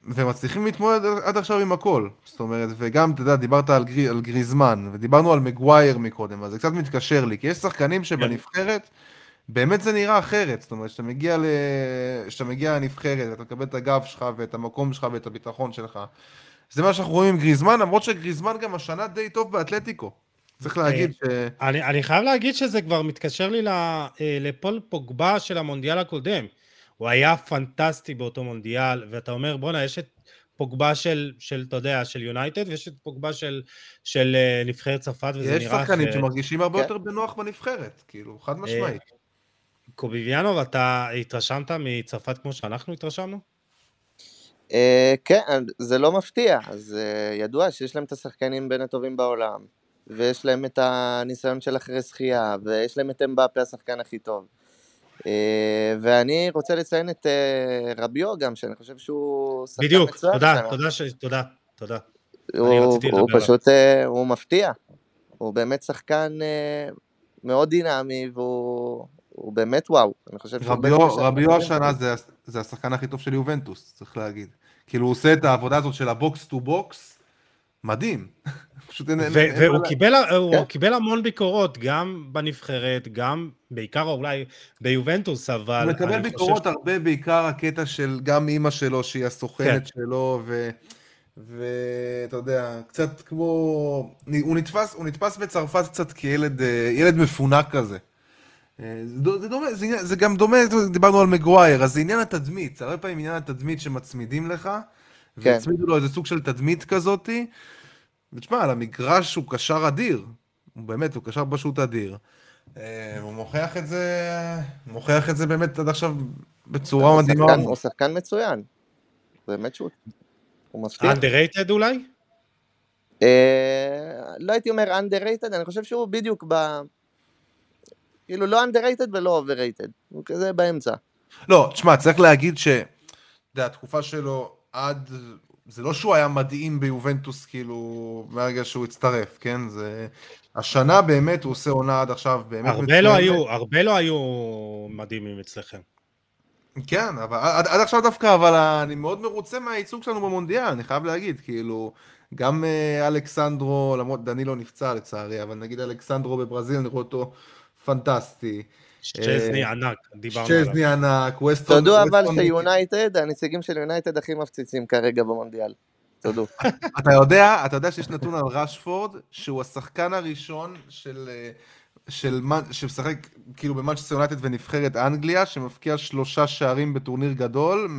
ומצליחים להתמודד עד עכשיו עם הכל. זאת אומרת, וגם, אתה יודע, דיברת על גריזמן, ודיברנו על מגווייר מקודם, אז זה קצת מתקשר לי, כי יש שחקנים שבנבחרת, באמת זה נראה אחרת. זאת אומרת, שאתה מגיע לנבחרת, ואתה מקבל את הגב שלך, ואת המקום שלך, ואת הביטחון שלך. זה מה שאנחנו רואים עם גריזמן, למרות שגריזמן גם השנה די טוב באתלטיקו. צריך להגיד ש... אני חייב להגיד שזה כבר מתקשר לי לפול פוגבה של המונדיאל הקודם. הוא היה פנטסטי באותו מונדיאל, ואתה אומר, בונה, יש את פוגבה של, אתה יודע, של יונייטד, ויש את פוגבה של נבחרת צרפת, וזה נראה... יש שחקנים שמרגישים הרבה יותר בנוח בנבחרת, כאילו, חד משמעית. קוביביאנוב, אתה התרשמת מצרפת כמו שאנחנו התרשמנו? כן, זה לא מפתיע, אז ידוע שיש להם את השחקנים בין הטובים בעולם, ויש להם את הניסיון של אחרי שחייה, ויש להם את אמבפה השחקן הכי טוב. ואני רוצה לציין את רביו גם, שאני חושב שהוא שחקן בדיוק, מצוין. תודה. הוא פשוט, הוא מפתיע. הוא באמת שחקן מאוד דינמי, והוא באמת וואו. רביו השנה זה השחקן הכי טוב של יובנטוס, צריך להגיד. כאילו הוא עושה את העבודה הזאת של הבוקס טו בוקס, מדהים. והוא קיבל המון ביקורות, גם בנבחרת, גם בעיקר אולי ביובנטוס, אבל... הוא מקבל ביקורות הרבה, בעיקר הקטע של גם אמא שלו, שהיא הסוכנת שלו, ואתה יודע, קצת כמו... הוא נתפס בצרפת קצת כילד מפונק כזה. זה גם דומה, דיברנו על מגווייר, אז זה עניין התדמית, הרבה פעמים עניין התדמית שמצמידים לך, והצמידו לו איזה סוג של תדמית כזאתי, ותשמע, על המגרש הוא קשר אדיר, הוא קשר פשוט אדיר, הוא מוכיח את זה באמת עד עכשיו בצורה מדהימה. הוא שחקן מצוין, באמת שהוא מפתיע. underrated אולי? לא הייתי אומר underrated, אני חושב שהוא בדיוק כאילו לא underrated ולא overrated, הוא כזה באמצע. לא, תשמע, צריך להגיד שהתקופה שלו עד... זה לא שהוא היה מדהים ביובנטוס, כאילו, מהרגע שהוא הצטרף, כן? זה... השנה באמת הוא עושה עונה עד עכשיו, באמת... הרבה לא היו מדהימים אצלכם. כן, אבל עד עכשיו דווקא, אבל אני מאוד מרוצה מהייצוג שלנו במונדיאל, אני חייב להגיד, כאילו, גם אלכסנדרו, למרות דנילו נפצע לצערי, אבל נגיד אלכסנדרו בברזיל, נראו אותו פנטסטי. שזני ענק, דיברנו עליו. שזני ענק, תודו אבל שיונייטד, הנציגים של יונייטד הכי מפציצים כרגע במונדיאל. תודו. אתה יודע שיש נתון על רשפורד, שהוא השחקן הראשון שמשחק כאילו במנצ'סטר יונייטד ונבחרת אנגליה, שמפקיע 3 שערים בטורניר גדול,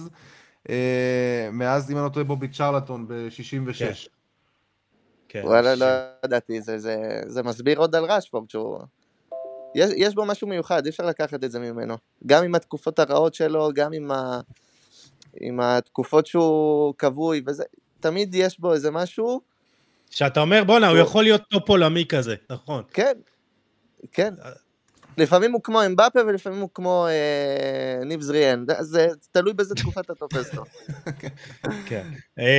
מאז אם אני לא טועה בובי צ'רלטון ב-66. וואלה, לא ידעתי, זה מסביר עוד על רשפורד, שהוא... יש בו משהו מיוחד, אי אפשר לקחת את זה ממנו. גם עם התקופות הרעות שלו, גם עם התקופות שהוא קבוי, וזה, תמיד יש בו איזה משהו... שאתה אומר, בונה, הוא יכול להיות טופ עולמי כזה, נכון. כן. לפעמים הוא כמו אמבפה, ולפעמים הוא כמו ניב זריאן. זה תלוי באיזה תקופה אתה תופס לו. כן.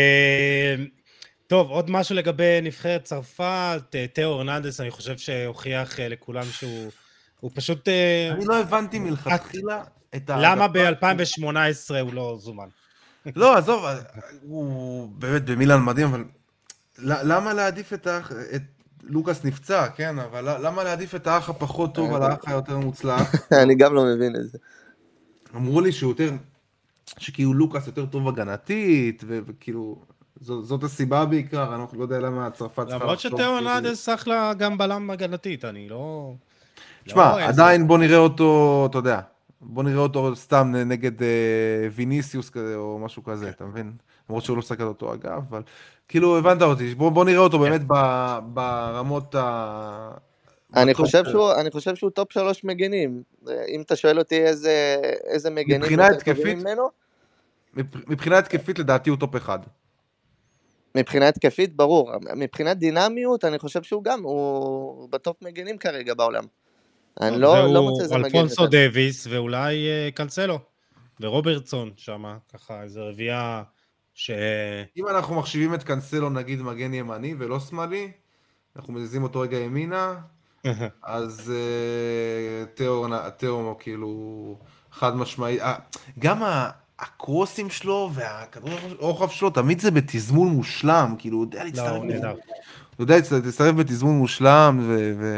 טוב, עוד משהו לגבי נבחרת צרפת, תאו הרננדס, אני חושב שהוכיח לכולם שהוא פשוט... אני לא הבנתי מלכתחילה את ה... למה ב-2018 הוא לא זומן? לא, עזוב, הוא באמת במילאן מדהים, אבל למה להעדיף את לוקאס נפצע, כן, אבל למה להעדיף את האח הפחות טוב על האח היותר מוצלח? אני גם לא מבין את זה. אמרו לי שכאילו לוקאס יותר טוב הגנתית, וכאילו... זאת הסיבה בעיקר, אני לא יודע למה צרפת צריכה... למרות שתאו הרננדס אחלה גם בלם הגנתית, אני לא... תשמע, עדיין בוא נראה אותו, אתה יודע, בוא נראה אותו סתם נגד ויניסיוס כזה, או משהו כזה, אתה מבין? למרות שהוא לא שחק אותו אגב, אבל כאילו הבנת אותי, בוא נראה אותו באמת ברמות ה... אני חושב שהוא טופ 3 מגנים, אם אתה שואל אותי איזה מגנים יותר טובים ממנו? מבחינה התקפית לדעתי הוא טופ 1. מבחינה התקפית, ברור. מבחינת דינמיות, אני חושב שהוא גם, הוא בטופ מגנים כרגע בעולם. אני לא מוצא איזה מגן. אלפונסו דוויס, ואולי קנסלו, ורוברטסון שם, ככה, איזו רביעה ש... אם אנחנו מחשיבים את קנסלו, נגיד, מגן ימני ולא שמאלי, אנחנו מזיזים אותו רגע ימינה, אז תאו כאילו חד משמעי. גם הקרוסים שלו והכדור רוחב שלו, תמיד זה בתזמון מושלם, כאילו, הוא יודע לא, הוא נהדר. הוא יודע להצטרף בתזמון מושלם,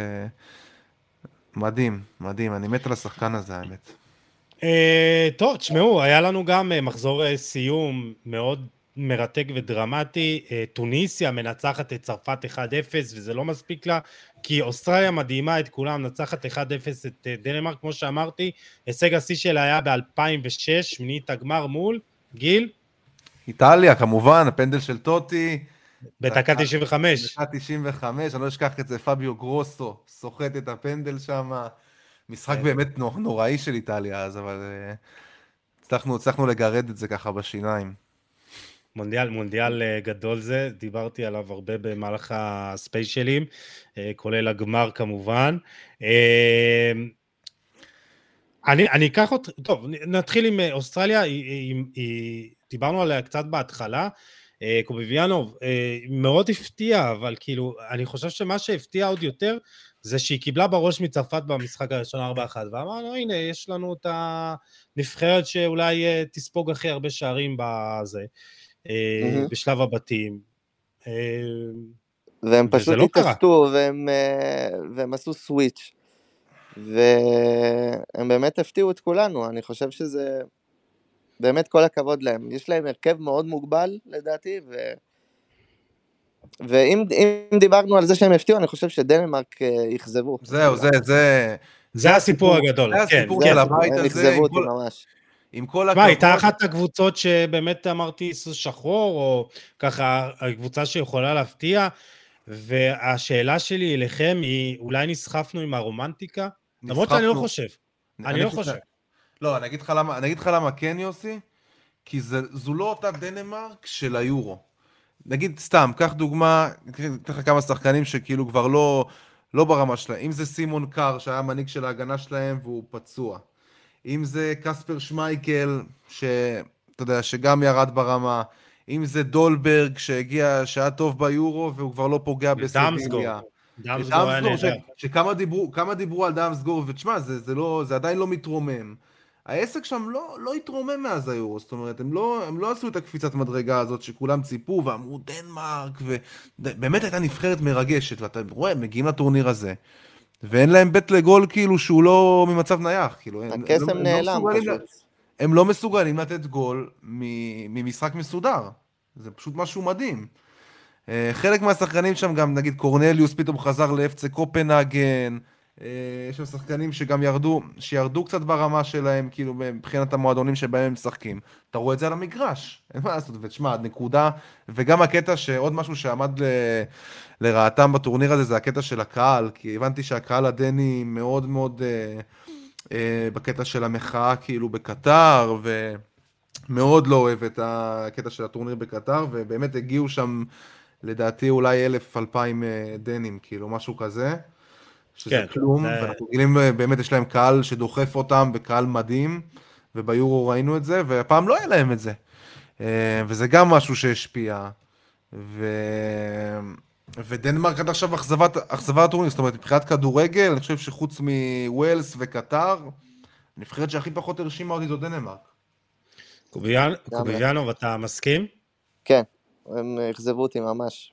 מדהים, מדהים, אני מת על השחקן הזה, האמת. טוב, תשמעו, היה לנו גם מחזור סיום מאוד מרתק ודרמטי. טוניסיה מנצחת את צרפת 1-0, וזה לא מספיק לה, כי אוסטרליה מדהימה את כולם, מנצחת 1-0 את דנמרק, כמו שאמרתי, הישג השיא שלה היה ב-2006, שמינית הגמר מול גיל? איטליה, כמובן, הפנדל של טוטי. בדקה 95. בדקה 95, אני לא אשכח את זה, פביו גרוסו, סוחט את הפנדל שם. משחק באמת נוראי של איטליה אז, אבל הצלחנו לגרד את זה ככה בשיניים. מונדיאל גדול זה, דיברתי עליו הרבה במהלך הספיישלים, כולל הגמר כמובן. אני אקח אותך, טוב, נתחיל עם אוסטרליה, דיברנו עליה קצת בהתחלה, קוביביאנוב מאוד הפתיע, אבל כאילו, אני חושב שמה שהפתיע עוד יותר, זה שהיא קיבלה בראש מצרפת במשחק הראשון 4-1, ואמרנו, הנה, יש לנו את הנבחרת שאולי תספוג הכי הרבה שערים בזה, בשלב הבתים. והם פשוט התעשתו, והם עשו סוויץ', והם באמת הפתיעו את כולנו. אני חושב שזה באמת כל הכבוד להם. יש להם הרכב מאוד מוגבל, לדעתי, ואם דיברנו על זה שהם הפתיעו, אני חושב שדנמרק יחזבו. זה הסיפור הגדול. זה הסיפור של הבית הזה. הם יחזבו אותי ממש. עם כל הכבוד. הייתה אחת הקבוצות שבאמת אמרתי סוס שחור, או ככה הקבוצה שיכולה להפתיע, והשאלה שלי אליכם היא, אולי נסחפנו עם הרומנטיקה? למרות שאני לא חושב. אני לא חושב. לא, אני אגיד לך למה כן, יוסי, כי זו לא אותה דנמרק של היורו. נגיד סתם, קח דוגמה, אתן לך כמה שחקנים שכאילו כבר לא ברמה שלהם. אם זה סימון קאר, שהיה מנהיג של ההגנה שלהם והוא פצוע. אם זה קספר שמייקל, שאתה יודע, שגם ירד ברמה. אם זה דולברג, שהיה טוב ביורו והוא כבר לא פוגע בסביליה. דאמסגור היה נהדר. שכמה דיברו על דאמסגור, ותשמע, זה עדיין לא מתרומם. העסק שם לא התרומם מאז היורו, זאת אומרת, הם לא עשו את הקפיצת מדרגה הזאת שכולם ציפו ואמרו דנמרק, ובאמת הייתה נבחרת מרגשת, ואתה רואה, מגיעים לטורניר הזה, ואין להם בית לגול כאילו שהוא לא ממצב נייח, כאילו, הקסם נעלם פשוט. הם לא מסוגלים לתת גול ממשחק מסודר, זה פשוט משהו מדהים. חלק מהשחקנים שם גם, נגיד קורנליוס פתאום חזר לאפצה קופנהגן, יש שם שחקנים שגם שירדו קצת ברמה שלהם, כאילו מבחינת המועדונים שבהם הם משחקים. אתה רואה את זה על המגרש, אין מה לעשות, ותשמע, נקודה, וגם הקטע שעוד משהו שעמד לרעתם בטורניר הזה, זה הקטע של הקהל, כי הבנתי שהקהל הדני מאוד מאוד בקטע של המחאה כאילו בקטר, ומאוד לא אוהב את הקטע של הטורניר בקטר, ובאמת הגיעו שם לדעתי אולי 1,000-2,000 דנים, כאילו משהו כזה. שזה כלום, ואנחנו גילים באמת יש להם קהל שדוחף אותם, וקהל מדהים, וביורו ראינו את זה, והפעם לא היה להם את זה. וזה גם משהו שהשפיע. ודנמרק עד עכשיו אכזבה הטורניר, זאת אומרת, מבחינת כדורגל, אני חושב שחוץ מווילס וקטר, הנבחרת שהכי פחות הרשימה אותי זו דנמרק. קוביאנוב, אתה מסכים? כן, הם אכזבו אותי ממש.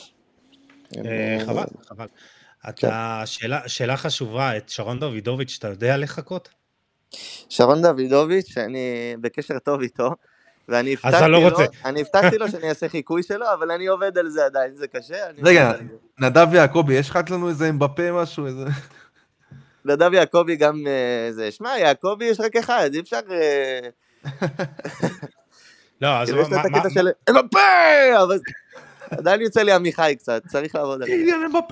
חבל. אתה, שאלה חשובה, את שרון דוידוביץ', אתה יודע לחכות? שרון דוידוביץ', אני בקשר טוב איתו, ואני הבטחתי לו שאני אעשה חיקוי שלו, אבל אני עובד על זה עדיין, זה קשה. רגע, נדב יעקובי, יש לך לנו איזה מבפה משהו, איזה... נדב יעקובי גם זה, שמע, יעקובי יש רק אחד, אי אפשר... לא, אז מבפה! אבל... עדיין יוצא לי עמיחי קצת, צריך לעבוד על זה. איליאן מבפה!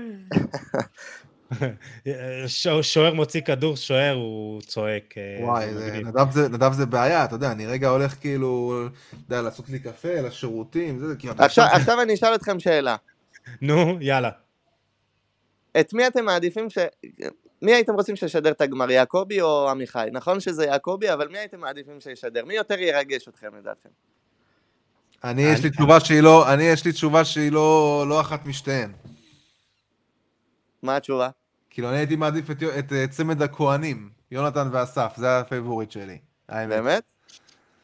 שוער מוציא כדור, שוער הוא צועק. וואי, נדב זה בעיה, אתה יודע, אני רגע הולך כאילו, אתה יודע, לעשות לי קפה, לשירותים, זה כאילו... עכשיו אני אשאל אתכם שאלה. נו, יאללה. את מי אתם מעדיפים מי הייתם רוצים שישדר את הגמר, יעקובי או עמיחי? נכון שזה יעקובי, אבל מי הייתם מעדיפים שישדר? מי יותר ירגש אתכם, לדעתכם? יש לי תשובה שהיא לא אחת משתיהן. מה התשובה? כאילו אני הייתי מעדיף את צמד הכהנים, יונתן ואסף, זה הפייבוריט שלי. באמת?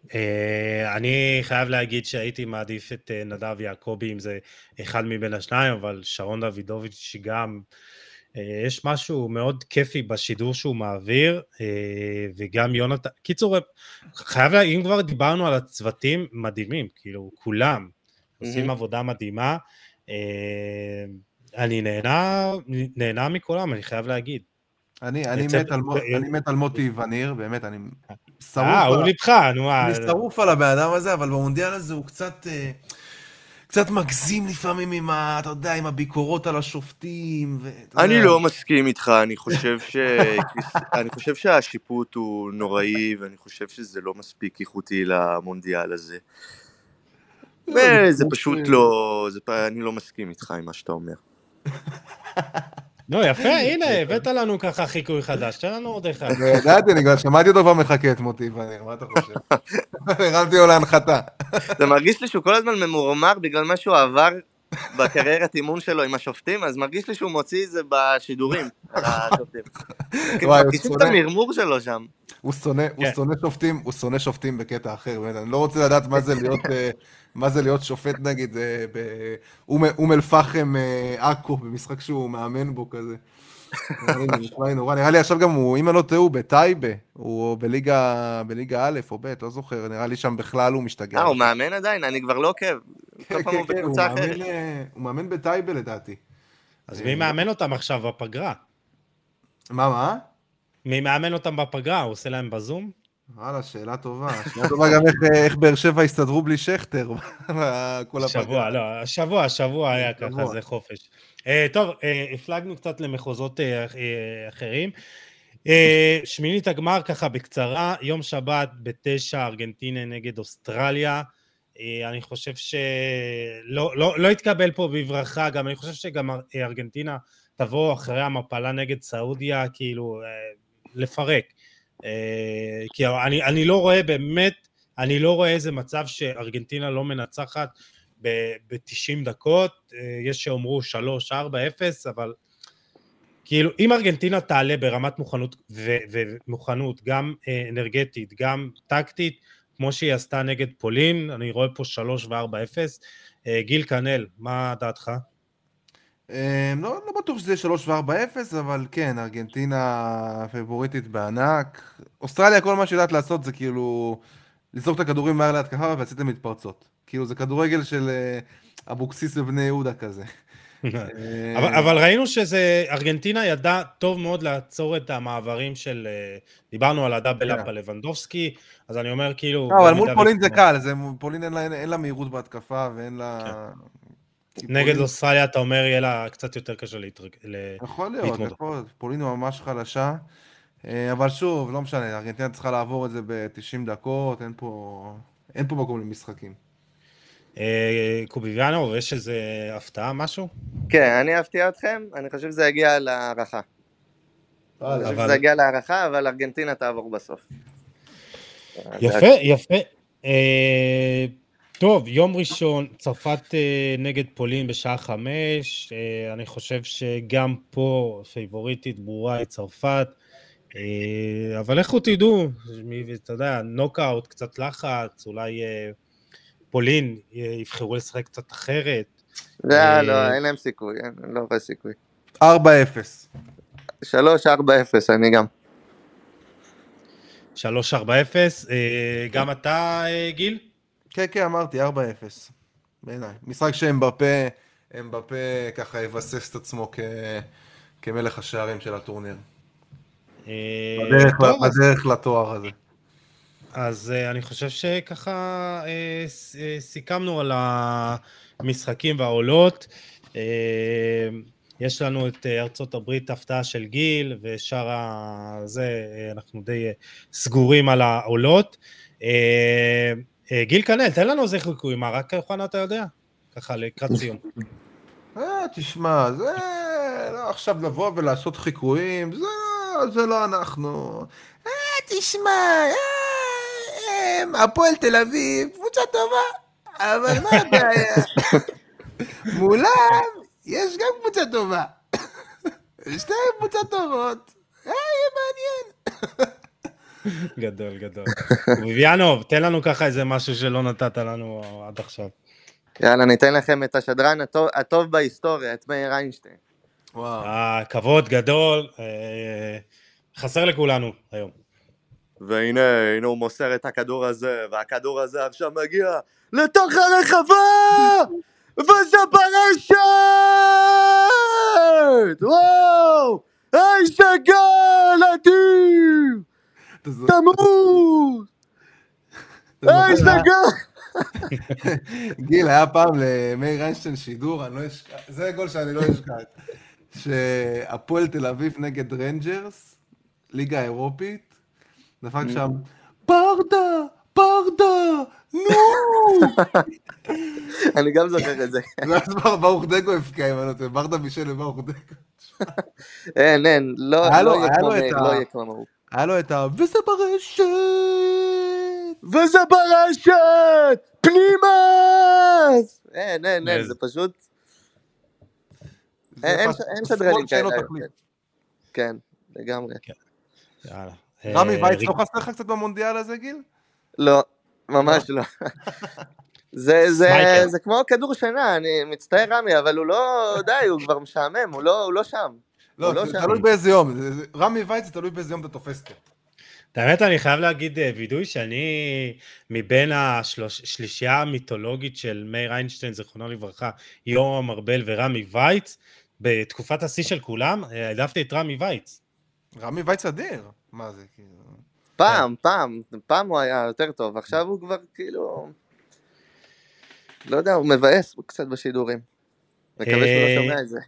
אני חייב להגיד שהייתי מעדיף את נדב יעקבי אם זה אחד מבין השניים, אבל שרון דוידוביץ' גם, יש משהו מאוד כיפי בשידור שהוא מעביר, וגם יונתן, קיצור, חייב להגיד, אם כבר דיברנו על הצוותים מדהימים, כאילו כולם עושים עבודה מדהימה, אני נהנה מכולם, אני חייב להגיד. אני מת על מוטי וניר, באמת, אני הוא ליבך, אני שרוף על הבן אדם הזה, אבל במונדיאל הזה הוא קצת מגזים לפעמים עם אתה יודע, עם הביקורות על השופטים. אני לא מסכים איתך, אני חושב שהשיפוט הוא נוראי, ואני חושב שזה לא מספיק איכותי למונדיאל הזה. זה פשוט לא, אני לא מסכים איתך עם מה שאתה אומר. לא, יפה, הנה, הבאת לנו ככה חיקוי חדש, תן לנו עוד אחד. ידעתי, אני כבר שמעתי אותו כבר מחכה את מוטי וניר, מה אתה חושב? הרמתי לו להנחתה. זה מרגיש לי שהוא כל הזמן ממורמר בגלל מה שהוא עבר בקריירת אימון שלו עם השופטים, אז מרגיש לי שהוא מוציא את זה בשידורים על השופטים. מרגישים את המרמור שלו שם. הוא שונא שופטים בקטע אחר, אני לא רוצה לדעת מה זה להיות שופט נגיד באום אל-פחם עכו, במשחק שהוא מאמן בו כזה. נראה לי עכשיו גם הוא, אם אני לא טועה, הוא בטייבה, הוא בליגה א' או ב', לא זוכר, נראה לי שם בכלל הוא משתגע. הוא מאמן עדיין, אני כבר לא עוקב. כן, הוא מאמן בטייבה לדעתי. אז מי מאמן אותם עכשיו בפגרה? מה? מי מאמן אותם בפגרה? הוא עושה להם בזום? וואלה, שאלה טובה. שאלה טובה גם איך באר שבע הסתדרו בלי שכטר. השבוע היה ככה, זה חופש. טוב, הפלגנו קצת למחוזות אחרים. שמינית הגמר ככה בקצרה, יום שבת ב9, ארגנטינה נגד אוסטרליה. אני חושב שלא התקבל פה בברכה, גם אני חושב שגם ארגנטינה תבוא אחרי המפלה נגד סעודיה, כאילו לפרק. כי אני לא רואה באמת, אני לא רואה איזה מצב שארגנטינה לא מנצחת ב-90 דקות, יש שאומרו 3-4-0, אבל כאילו אם ארגנטינה תעלה ברמת מוכנות ומוכנות גם אנרגטית, גם טקטית, כמו שהיא עשתה נגד פולין, אני רואה פה 3 ו-4-0. גיל קנל, מה דעתך? לא בטוח שזה 3 ו-4-0, אבל כן, ארגנטינה פייבוריטית בענק. אוסטרליה, כל מה שיודעת לעשות זה כאילו לזרוק את הכדורים מהר להתקפה ולצאת למתפרצות. כאילו זה כדורגל של אבוקסיס ובני יהודה כזה. אבל ראינו שזה, ארגנטינה ידעה טוב מאוד לעצור את המעברים של, דיברנו על הדאבל אפ הלבנדובסקי, אז אני אומר כאילו... אבל מול פולין זה קל, פולין אין לה מהירות בהתקפה ואין לה... נגד אוסטרליה אתה אומר יהיה לה קצת יותר קשה להתמודד. יכול להיות, פולין הוא ממש חלשה, אבל שוב, לא משנה, ארגנטינה צריכה לעבור את זה ב-90 דקות, אין פה מקום למשחקים. קוביאנו, יש איזה הפתעה, משהו? כן, אני אפתיע אתכם, אני חושב שזה יגיע להערכה. אני חושב שזה יגיע להערכה, אבל ארגנטינה תעבור בסוף. יפה. טוב, יום ראשון, צרפת נגד פולין בשעה 5, אני חושב שגם פה פייבוריטית ברורה היא צרפת, אבל איך תדעו, אתה יודע, נוקאוט, קצת לחץ, אולי פולין יבחרו לשחק קצת אחרת. לא, אין להם סיכוי, לא רואה סיכוי. 4-0. 3-4-0, אני גם. 3-4-0, גם אתה, גיל? כן, אמרתי, 4-0. בעיניי. משחק שאמבפה ככה יבסס את עצמו כמלך השערים של הטורניר. בדרך לתואר הזה. אז אני חושב שככה סיכמנו על המשחקים והעולות. יש לנו את ארצות הברית הפתעה של גיל, ושאר הזה אנחנו די סגורים על העולות. גיל קנל, תן לנו איזה חיקוי, מה רק יוחנן אתה יודע? ככה לקראת סיום. תשמע, זה לא עכשיו לבוא ולעשות חיקויים, זה לא אנחנו. תשמע, הפועל תל אביב, קבוצה טובה, אבל מה הבעיה? מולם יש גם קבוצה טובה. שתיים קבוצה טובות, יהיה מעניין. גדול, גדול. ויאנוב, תן לנו ככה איזה משהו שלא נתת לנו עד עכשיו. יאללה, ניתן לכם את השדרן הטוב בהיסטוריה, את מאיר איינשטיין. וואו. כבוד גדול, חסר לכולנו היום. והנה הוא מוסר את הכדור הזה, והכדור הזה עכשיו מגיע לתוך הרחבה! וזה ברשת! וואו! איזה גול אדיר! תמות! איזה גול! גיל, היה פעם למאיר איינשטיין שידור, זה גול שאני לא אשכח, שהפועל תל אביב נגד רנג'רס, ליגה אירופית, דפק שם, ברדה, נו! אני גם זוכר את זה. ואז ברוך דגו הפקע, ברדה בישל לברוך דגו. אין, לא יהיה כמוהו. היה לו את וזה ברשת, פנימה! אין, זה פשוט... אין שדרנים כאלה. כן, לגמרי. רמי וייץ לא חסר לך קצת במונדיאל הזה, גיל? לא, ממש לא. זה כמו כדור שינה, אני מצטער רמי, אבל הוא לא, די, הוא כבר משעמם, הוא לא שם. לא, תלוי באיזה יום, רמי וייץ זה תלוי באיזה יום אתה תופס אותו. האמת, אני חייב להגיד וידוי שאני מבין השלישייה המיתולוגית של מאיר איינשטיין, זכרונו לברכה, יורם ארבל ורמי וייץ, בתקופת השיא של כולם, העדפתי את רמי וייץ. רמי וייץ אדיר, מה זה כאילו? פעם הוא היה יותר טוב, עכשיו הוא כבר כאילו, לא יודע, הוא מבאס קצת בשידורים. מקווה שהוא לא שומע את זה.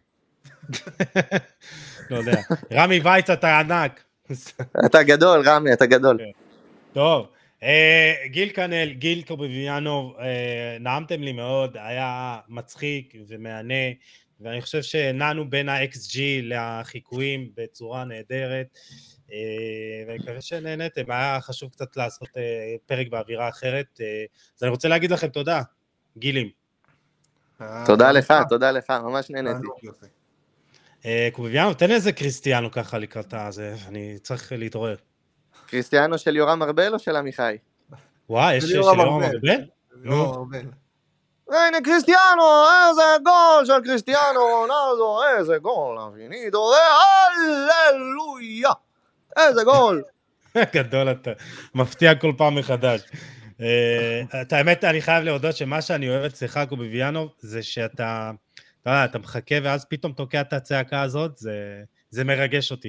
לא יודע, רמי וייץ אתה ענק. אתה גדול, רמי, אתה גדול. טוב, גיל קנל, גיל קובביאנוב, נעמתם לי מאוד, היה מצחיק ומענה, ואני חושב שנענו בין ה-XG לחיקויים בצורה נהדרת, ואני מקווה שנהנתם, היה חשוב קצת לעשות פרק באווירה אחרת, אז אני רוצה להגיד לכם תודה, גילים. תודה לך, ממש נהניתי. קובביאנוב, תן איזה קריסטיאנו ככה לקראת הזה, אני צריך להתעורר. קריסטיאנו של יורם ארבל או של עמיחי? וואי, יש של יורם ארבל? לא, ארבל. הנה קריסטיאנו, איזה גול של קריסטיאנו רונלדו, איזה גול, אבינידו, הללויה, איזה גול. גדול אתה, מפתיע כל פעם מחדש. את האמת, אני חייב להודות שמה שאני אוהב אצלך קובביאנוב, זה שאתה... אתה מחכה ואז פתאום תוקע את הצעקה הזאת, זה מרגש אותי.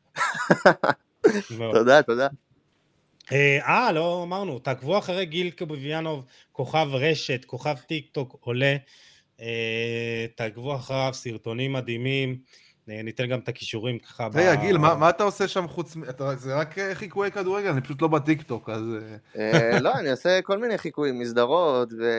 תודה. לא אמרנו, תעקבו אחרי גיל קובביאנוב, כוכב רשת, כוכב טיק טוק עולה, תעקבו אחריו, סרטונים מדהימים, ניתן גם את הכישורים ככה. רגע, גיל, מה אתה עושה שם חוץ, זה רק חיקויי כדורגל, אני פשוט לא בטיק טוק, אז... לא, אני עושה כל מיני חיקויים, מסדרות ו...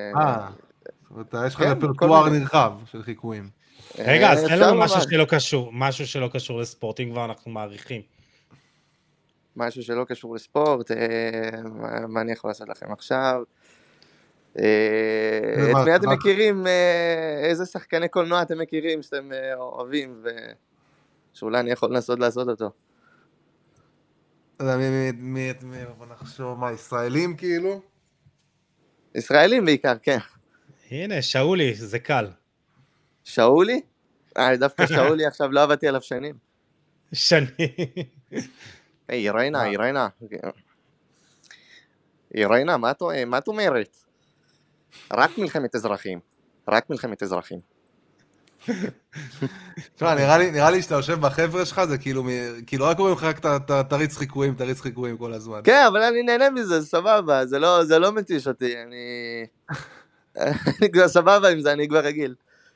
יש לך רפרטואר נרחב של חיקויים. רגע, אז אין לנו משהו שלא קשור לספורט, אם כבר אנחנו מעריכים. משהו שלא קשור לספורט, מה אני יכול לעשות לכם עכשיו? את מי אתם מכירים, איזה שחקני קולנוע אתם מכירים שאתם אוהבים, ושאולי אני יכול לנסות לעשות אותו? בוא נחשוב, מה, ישראלים כאילו? ישראלים בעיקר, כן. הנה, שאולי, זה קל. שאולי? דווקא שאולי עכשיו לא עבדתי עליו שנים. איריינה, מה את אומרת? רק מלחמת אזרחים. תשמע, נראה לי שאתה יושב בחבר'ה שלך, זה כאילו רק אומרים לך רק תריץ חיקויים כל הזמן. כן, אבל אני נהנה מזה, סבבה, זה לא מתיש אותי, אני כבר סבבה עם זה, אני כבר רגיל.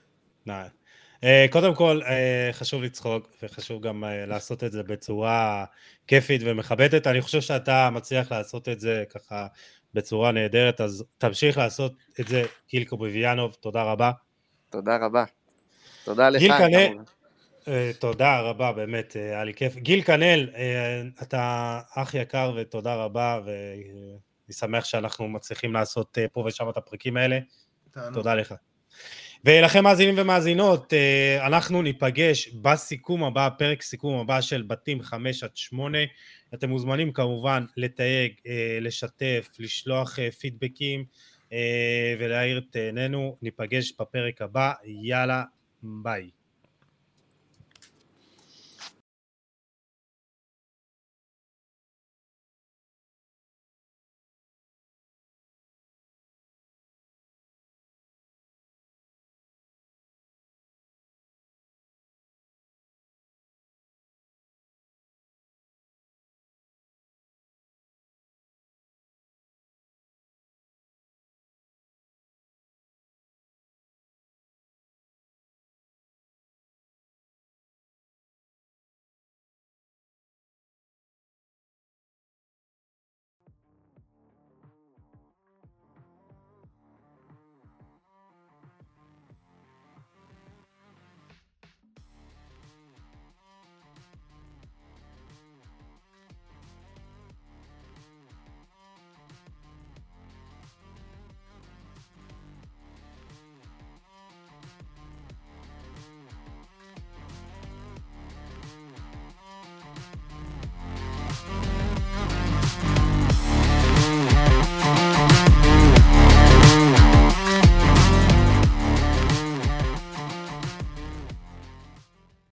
קודם כל, חשוב לצחוק, וחשוב גם לעשות את זה בצורה כיפית ומכבדת. אני חושב שאתה מצליח לעשות את זה ככה בצורה נהדרת, אז תמשיך לעשות את זה, גיל קובביאנוב, תודה רבה. תודה רבה. תודה לך. גיל קנל, תודה רבה, באמת, היה לי כיף. גיל קנל, אתה אח יקר ותודה רבה, ואני שמח שאנחנו מצליחים לעשות פה ושם את הפרקים האלה. תודה לך. ולכם מאזינים ומאזינות, אנחנו ניפגש בסיכום הבא, פרק סיכום הבא של בתים 5-8. אתם מוזמנים כמובן לתייג, לשתף, לשלוח פידבקים ולהאיר את עינינו. ניפגש בפרק הבא, יאללה, ביי.